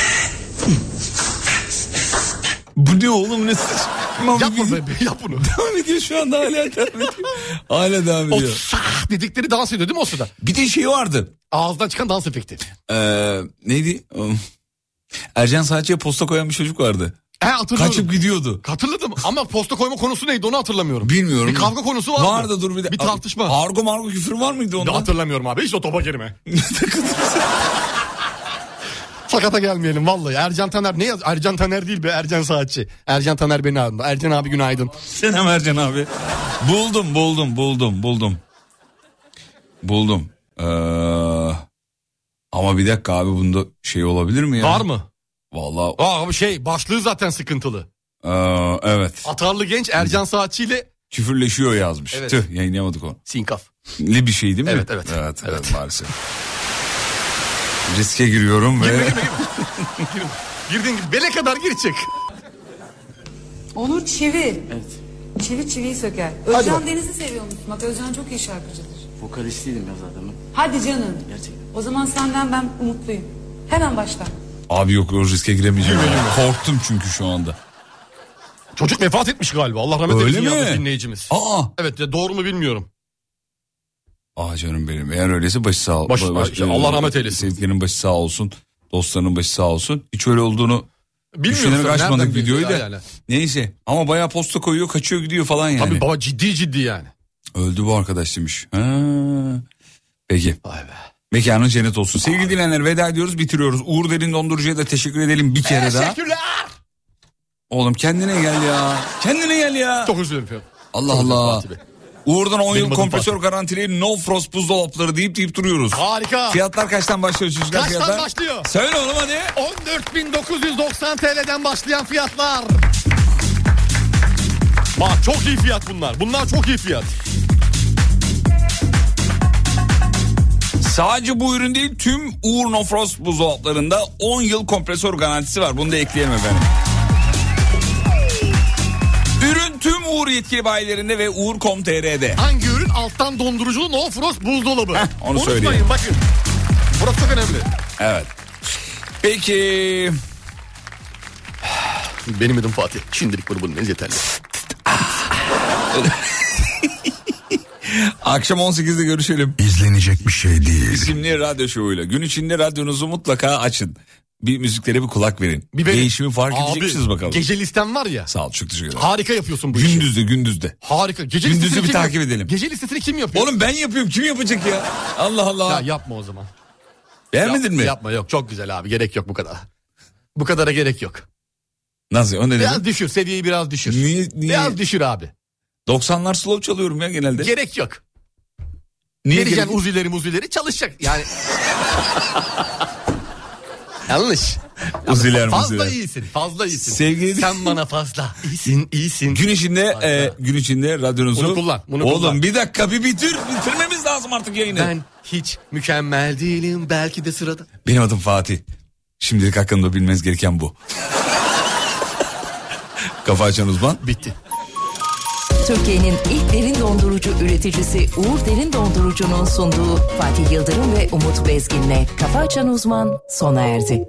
Bu ne oğlum ne saçma. Yap bunu be, yap bunu. Devam ediyor şu anda hala devam ediyor. Hala devam O ediyor. sah dedikleri dans ediyor değil mi o sırada? Bir de şey vardı. Ağızdan çıkan dans efekti. Ee, neydi? Ercan Saatçı'ya posta koyan bir çocuk vardı. He hatırlıyorum. Kaçıp gidiyordu. Hatırladım ama posta koyma konusu neydi onu hatırlamıyorum. Bilmiyorum. Bir kavga konusu vardı. Vardı dur bir de. Bir tartışma. Argo margo küfür var mıydı onda? Hatırlamıyorum abi hiç o topa girme. Sakata gelmeyelim vallahi. Ercan Taner ne yaz? Ercan Taner değil be Ercan Saatçi. Ercan Taner beni andı. Ercan abi günaydın. Selam Ercan abi. Buldum buldum buldum buldum. Buldum. Ee, ama bir dakika abi bunda şey olabilir mi ya? Var mı? Vallahi. Aa bu şey başlığı zaten sıkıntılı. Ee, evet. Atarlı genç Ercan Saatçi ile Küfürleşiyor yazmış. Evet. Tüh yayınlayamadık onu. sinkaf. Ne bir şey değil mi? Evet, evet. Evet, evet maalesef. Riske giriyorum ve... Girme girme girme. Girme. Girdiğin gibi bele kadar gir çık. Onur çivi. Evet. Çivi çiviyi söker. Hadi Özcan bak. Deniz'i seviyor musun? Bak Özcan çok iyi şarkıcıdır. Vokalistiydim ya zaten. Hadi canım. Gerçekten. O zaman senden ben umutluyum. Hemen başla. Abi yok o riske giremeyeceğim. Korktum çünkü şu anda. Çocuk vefat etmiş galiba. Allah rahmet Öyle eylesin mi? yalnız dinleyicimiz. Aa. Evet de doğru mu bilmiyorum. Aa canım benim. Eğer öyleyse başı sağ olsun. Baş, baş, Allah rahmet eylesin. Sevdiklerinin başı sağ olsun. Dostlarının başı sağ olsun. Hiç öyle olduğunu düşünerek açmadık videoyu da. Yani. Neyse ama bayağı posta koyuyor, kaçıyor gidiyor falan yani. Tabii baba ciddi ciddi yani. Öldü bu arkadaş demiş. Ha. Peki. Vay be. Mekanın cennet olsun. Sevgili dinleyenler veda ediyoruz, bitiriyoruz. Uğur Derin Dondurucu'ya da teşekkür edelim bir kere daha. Teşekkürler. Oğlum kendine gel ya. Kendine gel ya. Çok özür dilerim. Allah Çok Allah. Uğur'dan on Benim yıl adım kompresör Fatih. garantili no frost buzdolapları deyip deyip duruyoruz. Harika. Fiyatlar kaçtan başlıyor çocuklar? Kaçtan fiyatlar? başlıyor? Söyle oğlum hadi. on dört bin dokuz yüz doksan T L'den başlayan fiyatlar. Bak çok iyi fiyat bunlar. Bunlar çok iyi fiyat. Sadece bu ürün değil, tüm Uğur No Frost buzdolaplarında on yıl kompresör garantisi var. Bunu da ekleyelim efendim. Ürün tüm Uğur yetkili bayilerinde ve uğur nokta com nokta tr'de. Hangi ürün? Alttan donduruculu No Frost buzdolabı. Heh, onu Unutmayın söyleyeyim. bakın. Burası çok önemli. Evet. Peki. Benim adım Fatih. Şimdilik bunu bunun yeterli. Akşam on sekizde görüşelim. İzlenecek bir şey değil. İsimli radyo şovuyla. Gün içinde radyonuzu mutlaka açın. Bir müziklere bir kulak verin. Bir verin. Değişimi fark Abi, edeceksiniz bakalım. Gece listem var ya. Sağ ol, çok teşekkür ederim. Harika yapıyorsun bu işi. Gündüzde gündüzde. Harika. Gece Gündüzü listesini bir kim takip yap- edelim. Gece listesini kim yapıyor? Oğlum ben yapıyorum, kim yapacak ya? Allah Allah. Ya yapma o zaman. Beğenmedin Yap- mi? Yapma yok, çok güzel abi, gerek yok bu kadar. Bu kadara gerek yok. Nasıl, o ne demek? Biraz düşür, seviyeyi biraz düşür. Niye, niye? Biraz düşür abi. doksanlar slow çalıyorum ya genelde. Gerek yok. Niye Vereceksin gerek- uzileri muzileri çalışacak yani. Yanlış. Uziler Fazla muziler. iyisin, fazla iyisin. Sevgili- Sen bana fazla iyisin, iyisin. Gün içinde e, gün içinde radyonuzu. Bunu kullan, bunu Oğlum kullan. bir dakika, bir bitir. Bitirmemiz lazım artık yayını. Ben hiç mükemmel değilim, belki de sırada. Benim adım Fatih. Şimdilik hakkında bilmeniz gereken bu. Kafa açan uzman. Bitti. Türkiye'nin ilk derin dondurucu üreticisi Uğur Derin Dondurucu'nun sunduğu Fatih Yıldırım ve Umut Bezgin'le Kafa Açan Uzman sona erdi.